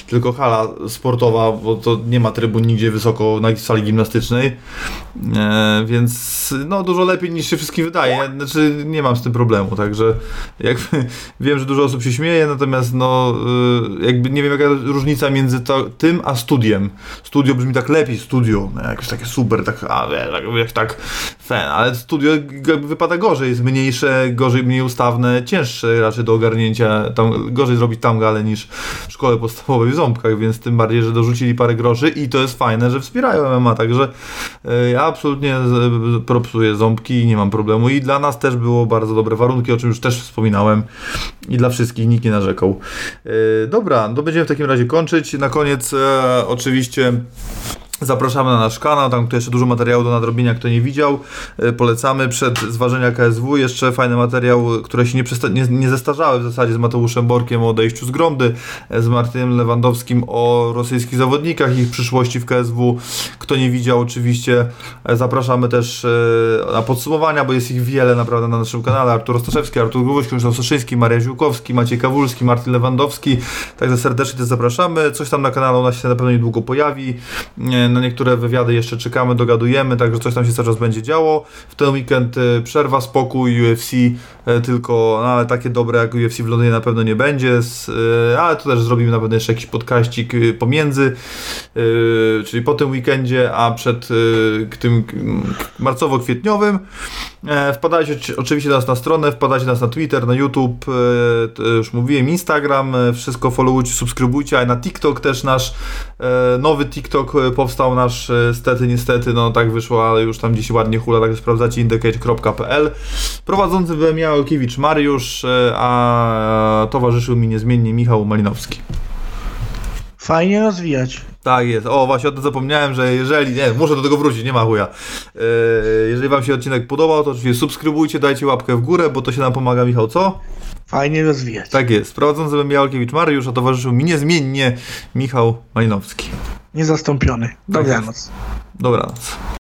S3: tylko hala sportowa, bo to nie ma trybun nigdzie wysoko na sali gimnastycznej, e, więc no dużo lepiej niż się wszystkim wydaje, znaczy nie mam z tym problemu, także jakby wiem, że dużo osób się śmieje, natomiast no jakby nie wiem jaka różnica między to, tym a studiem. Studio brzmi tak lepiej, studio, no, jakieś takie super, tak, a, jak tak fan, ale studio jakby wypada gorzej, jest mniejsze, gorzej, mniej ustawne, cięższe raczej do ogarnięcia, tam, gorzej zrobić tam galę niż w szkole podstawowej w Ząbkach, więc tym bardziej, że dorzucili parę groszy i to jest fajne, że wspierają M M A, także y, ja absolutnie propsuję Ząbki i nie mam problemu i dla nas też było bardzo dobre warunki, o czym już też wspominałem i dla wszystkich, nikt nie narzekał. Yy, dobra, to będziemy w takim razie kończyć. Na koniec e, oczywiście zapraszamy na nasz kanał, tam tu jeszcze dużo materiału do nadrobienia, kto nie widział. Yy, polecamy przed zważenia K S W jeszcze fajny materiał, które się nie, przesta- nie, nie zestarzały w zasadzie z Mateuszem Borkiem o odejściu z Gromdy, z Martynem Lewandowskim o rosyjskich zawodnikach i ich przyszłości w K S W. Kto nie widział, oczywiście zapraszamy też e, na podsumowania, bo jest ich wiele naprawdę na naszym kanale. Artur Ostaszewski, Artur Głuboś, Krzysztof Soszyński, Maria Ziółkowski, Maciej Kawulski, Martin Lewandowski. Także serdecznie też zapraszamy. Coś tam na kanale u nas się na pewno niedługo pojawi. Na niektóre wywiady jeszcze czekamy, dogadujemy, także coś tam się cały czas będzie działo. W ten weekend e, przerwa, spokój, U F C e, tylko, no, ale takie dobre jak U F C w Londynie na pewno nie będzie, z, e, ale to też zrobimy na pewno jeszcze jakiś podkaścik e, pomiędzy, e, czyli po tym weekendzie, a przed e, tym marcowo-kwietniowym. E, wpadajcie oczywiście do nas na stronę, wpadajcie do nas na Twitter, na YouTube, e, to już mówiłem, Instagram, e, wszystko followujcie, subskrybujcie, a na TikTok też nasz e, nowy TikTok powstał nasz, e, stety, niestety, no tak wyszło, ale już tam gdzieś ładnie hula, także sprawdzacie indicate kropka p l. Prowadzący byłem ja, Olkiewicz Mariusz, e, a towarzyszył mi niezmiennie Michał Malinowski.
S4: Fajnie rozwijać.
S3: Tak jest. O, właśnie o tym zapomniałem, że jeżeli... Nie, muszę do tego wrócić, nie ma chuja. Yy, jeżeli wam się odcinek podobał, to oczywiście subskrybujcie, dajcie łapkę w górę, bo to się nam pomaga. Michał, co?
S4: Fajnie rozwijać.
S3: Tak jest. Prowadzący byłem ja, Olkiewicz Mariusz, a towarzyszył mi niezmiennie Michał Malinowski.
S4: Niezastąpiony. Dobranoc.
S3: Dobranoc.